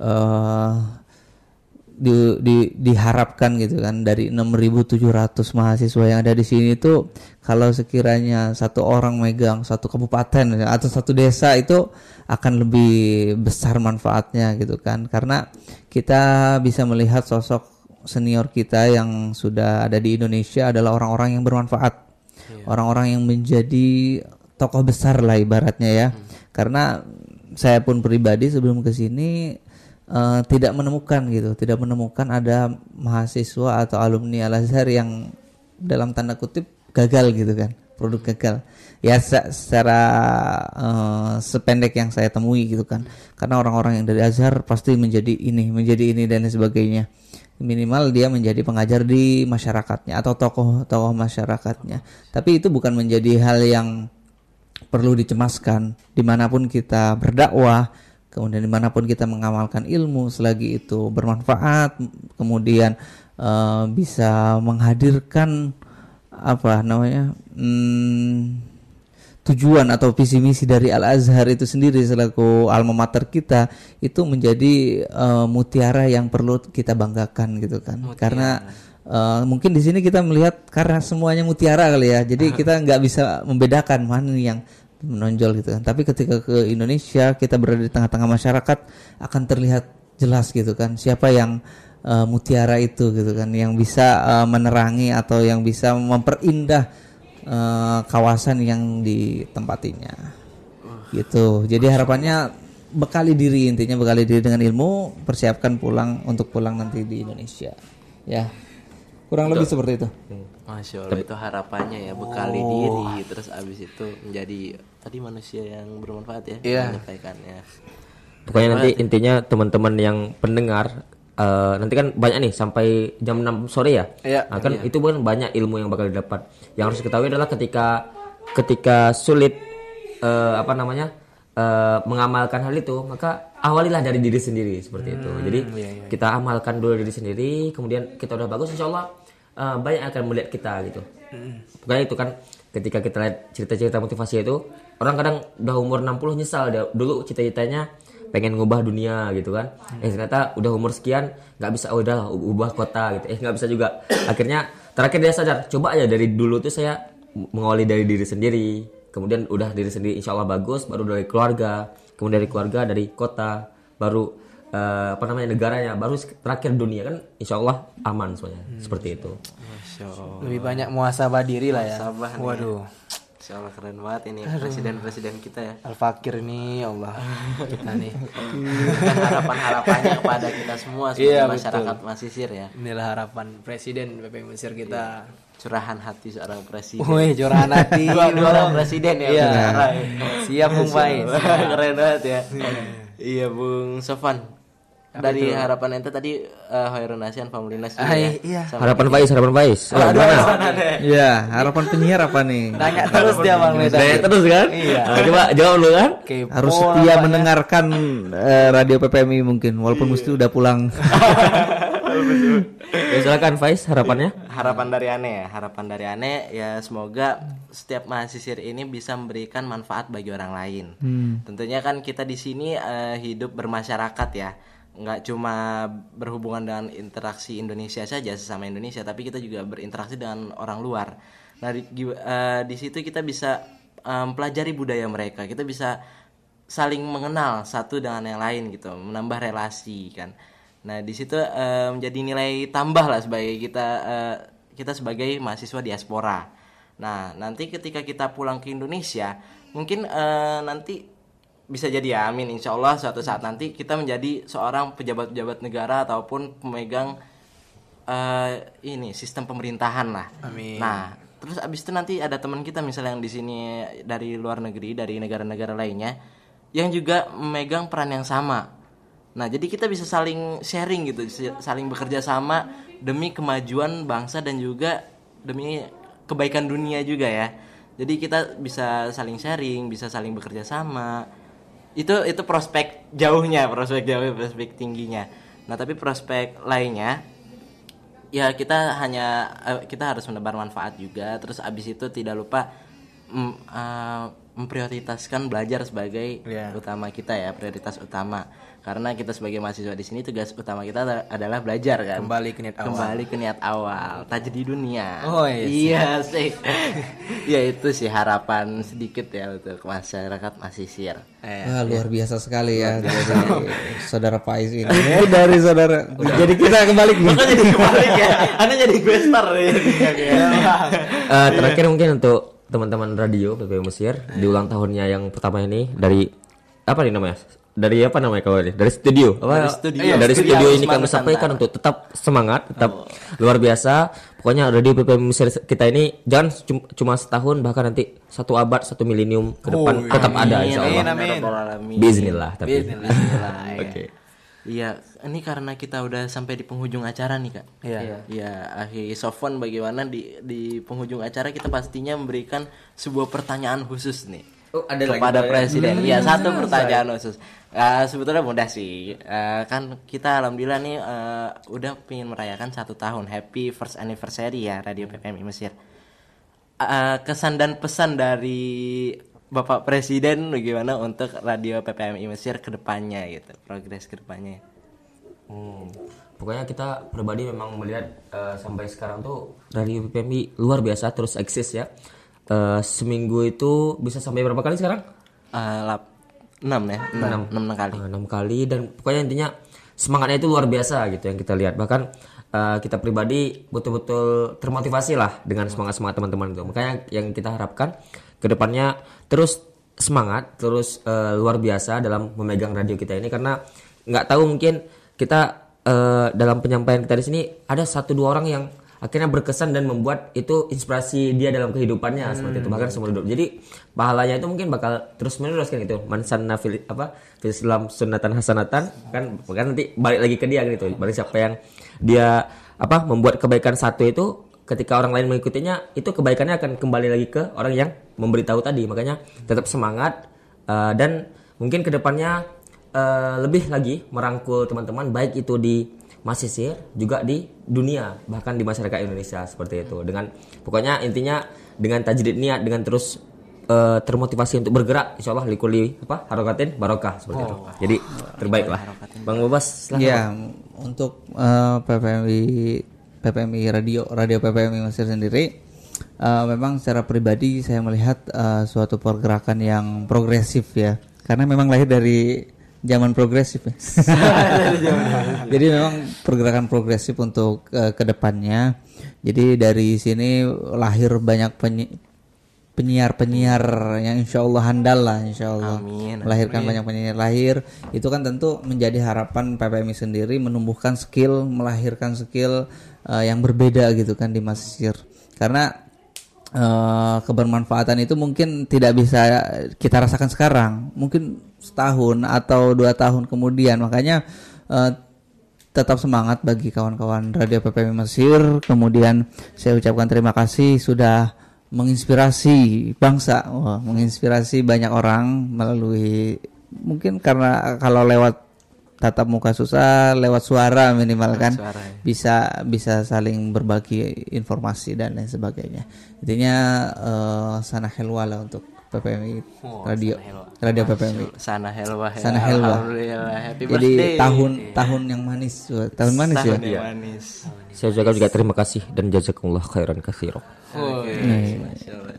diharapkan gitu kan, dari 6.700 mahasiswa yang ada di sini itu, kalau sekiranya satu orang megang satu kabupaten atau satu desa, itu akan lebih besar manfaatnya gitu kan, karena kita bisa melihat sosok senior kita yang sudah ada di Indonesia adalah orang-orang yang bermanfaat, orang-orang yang menjadi tokoh besar lah ibaratnya ya. Karena saya pun pribadi sebelum ke sini tidak menemukan ada mahasiswa atau alumni Al-Azhar yang dalam tanda kutip gagal gitu kan, produk gagal. Ya secara sependek yang saya temui gitu kan. Karena orang-orang yang dari Azhar pasti menjadi ini dan sebagainya. Minimal dia menjadi pengajar di masyarakatnya atau tokoh masyarakatnya. Tapi itu bukan menjadi hal yang perlu dicemaskan. Dimanapun kita berdakwah, kemudian dimanapun kita mengamalkan ilmu, selagi itu bermanfaat, kemudian bisa menghadirkan tujuan atau visi misi dari Al-Azhar itu sendiri selaku alma mater kita, itu menjadi mutiara yang perlu kita banggakan gitu kan. Karena mungkin di sini kita melihat karena semuanya mutiara kali ya, jadi kita nggak bisa membedakan mana yang menonjol gitu kan. Tapi ketika ke Indonesia, kita berada di tengah-tengah masyarakat, akan terlihat jelas gitu kan siapa yang mutiara itu gitu kan, yang bisa menerangi atau yang bisa memperindah kawasan yang ditempatinya gitu. Jadi harapannya bekali diri dengan ilmu, persiapkan untuk pulang nanti di Indonesia ya, kurang lebih seperti itu. Masya Allah, itu harapannya ya, bekali diri, terus abis itu menjadi tadi manusia yang bermanfaat ya, menyampaikannya. Pokoknya nanti intinya teman-teman yang pendengar, nanti kan banyak nih sampai jam 6 sore ya. Nah, kan itu kan banyak ilmu yang bakal didapat. Yang harus diketahui adalah ketika sulit mengamalkan hal itu, maka awalilah dari diri sendiri seperti itu. Jadi kita amalkan dulu diri sendiri, kemudian kita udah bagus, insya Allah banyak akan melihat kita gitu. Pokoknya itu kan ketika kita lihat cerita-cerita motivasi itu, orang kadang udah umur 60 nyesal dia dulu cita-citanya pengen ngubah dunia gitu kan. Ternyata udah umur sekian nggak bisa, udah ubah kota gitu. Nggak bisa juga. Akhirnya terakhir dia sadar, coba aja dari dulu tuh saya mengawali dari diri sendiri. Kemudian udah diri sendiri insya Allah bagus, baru dari keluarga, kemudian dari keluarga, dari kota, baru negaranya, baru terakhir dunia, kan insya Allah aman semuanya. Seperti itu. Lebih banyak muhasabah diri lah ya. Waduh. Insya Allah keren banget ini presiden-presiden kita ya. Al-Fakir nih, Allah kita nih. Dan harapan-harapannya kepada kita semua sebagai masyarakat Mesir ya. Inilah harapan presiden PPM Mesir kita. Curahan hati seorang presiden. Wih, curahan hati. Dua orang presiden ya. Iya. Siap Bung Faiz. Keren banget ya. Iya Bung Sofan. Dari harapan ente tadi Khairun Nasian Famulinas juga ya. Iya. Harapan Faiz. Gimana? Iya, harapan penyiar apa nih? Nanya terus dia Bang Leda. Nanya terus kan? Iya. Coba jawab lu kan? Harus setia mendengarkan radio PPMI mungkin, walaupun mesti udah pulang. Ya, silakan Faiz, harapannya. Harapan dari Ane ya, semoga setiap mahasiswa ini bisa memberikan manfaat bagi orang lain. Tentunya kan kita di sini hidup bermasyarakat ya, nggak cuma berhubungan dengan interaksi Indonesia saja sesama Indonesia, tapi kita juga berinteraksi dengan orang luar. Nah di situ kita bisa pelajari budaya mereka, kita bisa saling mengenal satu dengan yang lain gitu, menambah relasi kan. Nah di situ menjadi nilai tambah lah sebagai kita sebagai mahasiswa diaspora. Nah nanti ketika kita pulang ke Indonesia, mungkin nanti bisa jadi ya, amin, insya Allah suatu saat nanti kita menjadi seorang pejabat-pejabat negara ataupun pemegang sistem pemerintahan lah. Amin. Nah terus abis itu nanti ada teman kita misalnya yang di sini dari luar negeri, dari negara-negara lainnya yang juga memegang peran yang sama. Nah jadi kita bisa saling sharing gitu, saling bekerja sama demi kemajuan bangsa dan juga demi kebaikan dunia juga ya. Jadi kita bisa saling sharing, bisa saling bekerja sama. Itu prospek jauhnya, prospek tingginya. Nah tapi prospek lainnya ya kita harus menebar manfaat juga. Terus abis itu tidak lupa memprioritaskan belajar sebagai utama kita ya, prioritas utama. Karena kita sebagai mahasiswa di sini tugas utama kita adalah belajar kan. Kembali ke niat awal. Tajdi dunia. Oh iya sih. Ya itu sih harapan sedikit ya untuk masyarakat Mesir. Luar biasa sekali ya dari saudara Faiz ini. Dari saudara. Jadi kita kembali nih. Makanya jadi kebalik ya. Anda jadi gue star ya. Terakhir mungkin untuk teman-teman radio PPM Mesir di ulang tahunnya yang pertama ini dari apa nih namanya? Dari apa namanya kalau ini? Dari studio. Dari studio ini kami sampaikan untuk tetap semangat, tetap luar biasa. Pokoknya radio PPM Mesir kita ini jangan cuma setahun, bahkan nanti 1 abad, 1 milenium ke depan tetap ada insyaallah. Bismillah tapi. Oke. Iya, ini karena kita udah sampai di penghujung acara nih Kak. Iya. Akhi Sofwan, bagaimana di penghujung acara kita pastinya memberikan sebuah pertanyaan khusus nih kepada Presiden. Iya, satu pertanyaan khusus. Sebetulnya mudah sih. Kan kita alhamdulillah nih udah pengen merayakan 1 tahun. Happy first anniversary ya Radio PPMI Mesir. Kesan dan pesan dari Bapak Presiden bagaimana untuk Radio PPMI Mesir ke depannya gitu, progres ke depannya. Pokoknya kita pribadi memang melihat sampai sekarang tuh Radio PPMI luar biasa terus eksis ya. Seminggu itu bisa sampai berapa kali sekarang? 6 kali. 6 kali dan pokoknya intinya semangatnya itu luar biasa gitu yang kita lihat. Bahkan kita pribadi betul-betul termotivasi lah dengan semangat teman-teman itu. Makanya yang kita harapkan ke depannya terus semangat, terus luar biasa dalam memegang radio kita ini, karena nggak tahu mungkin kita dalam penyampaian kita di sini ada 1-2 orang yang akhirnya berkesan dan membuat itu inspirasi dia dalam kehidupannya seperti itu, bahkan seumur hidup. Jadi pahalanya itu mungkin bakal terus menerus kan gitu. Man sanna fil Islam sunnatan hasanatan kan nanti balik lagi ke dia gitu. Barang siapa yang dia membuat kebaikan satu itu, ketika orang lain mengikutinya, itu kebaikannya akan kembali lagi ke orang yang memberitahu tadi. Makanya tetap semangat dan mungkin kedepannya lebih lagi merangkul teman-teman, baik itu di Mesir juga di dunia, bahkan di masyarakat Indonesia seperti itu. Dengan pokoknya intinya dengan tajdid niat, dengan terus termotivasi untuk bergerak, insyaallah likuli harokatin barokah seperti itu. Jadi terbaik lah. Bang Bobas, ya untuk PPMI radio PPMI Mesir sendiri, memang secara pribadi saya melihat suatu pergerakan yang progresif ya, karena memang lahir dari zaman progresif ya. Jadi memang pergerakan progresif untuk kedepannya. Jadi dari sini lahir banyak penyiar yang insya Allah handal lah, insya Allah. Melahirkan banyak penyiar lahir. Itu kan tentu menjadi harapan PPMI sendiri, menumbuhkan skill, melahirkan skill yang berbeda gitu kan di Mesir. Karena kebermanfaatan itu mungkin tidak bisa kita rasakan sekarang, mungkin setahun atau 2 tahun kemudian. Makanya tetap semangat bagi kawan-kawan Radio PPMI Mesir. Kemudian saya ucapkan terima kasih sudah menginspirasi bangsa, menginspirasi banyak orang melalui, mungkin karena kalau lewat tatap muka susah, lewat suara minimal kan bisa saling berbagi informasi dan lain sebagainya. Intinya sana helwa lah untuk PPMI radio PPMI. Sana helwa. Alhamdulillah. Happy birthday. Jadi tahun yang manis, tahun manis ya. Manis. Saya juga terima kasih dan jazakumullah khairan katsira. Masyaallah.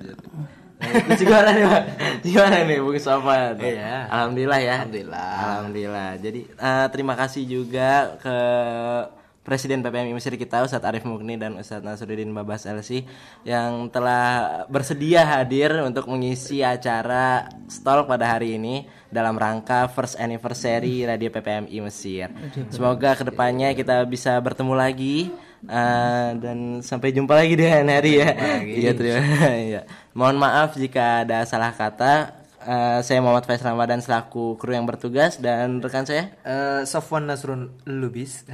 Gimana nih Bung Sofwan? Alhamdulillah ya. Alhamdulillah. Jadi terima kasih juga ke Presiden PPMI Mesir kita Ustadz Arif Mukni dan Ustadz Nasruddin Babas LC yang telah bersedia hadir untuk mengisi acara stall pada hari ini dalam rangka first anniversary Radio PPMI Mesir. Semoga kedepannya kita bisa bertemu lagi dan sampai jumpa lagi di hari ya. Iya, terima kasih. Mohon maaf jika ada salah kata. Saya Muhammad Faiz Ramadan selaku kru yang bertugas dan rekan saya Sofwan Nasrun Lubis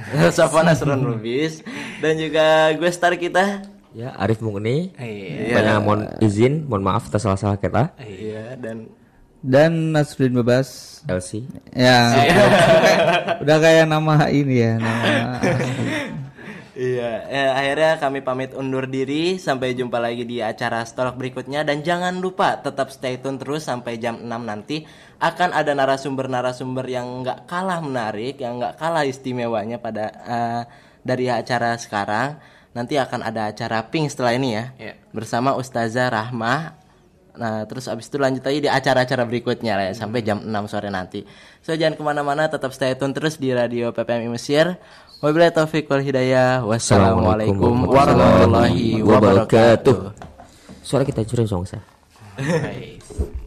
dan juga gue star kita ya Arif Mukni. Mohon maaf atas salah kata. Dan Nasruddin Babas LC. Ya. Udah kayak nama ini ya, nama. Akhirnya kami pamit undur diri. Sampai jumpa lagi di acara Stolok berikutnya. Dan jangan lupa tetap stay tune terus sampai jam 6 nanti. Akan ada narasumber-narasumber yang gak kalah menarik, yang gak kalah istimewanya pada dari acara sekarang. Nanti akan ada acara Pink setelah ini ya, bersama Ustazah Rahmah. Nah terus abis itu lanjut lagi di acara-acara berikutnya lah ya, sampai jam 6 sore nanti. So jangan kemana-mana, tetap stay tune terus di Radio PPMI Mesir. Wabillahi taufiq wal hidayah. Wassalamualaikum warahmatullahi wabarakatuh. Suara kita curang, Song. Nice.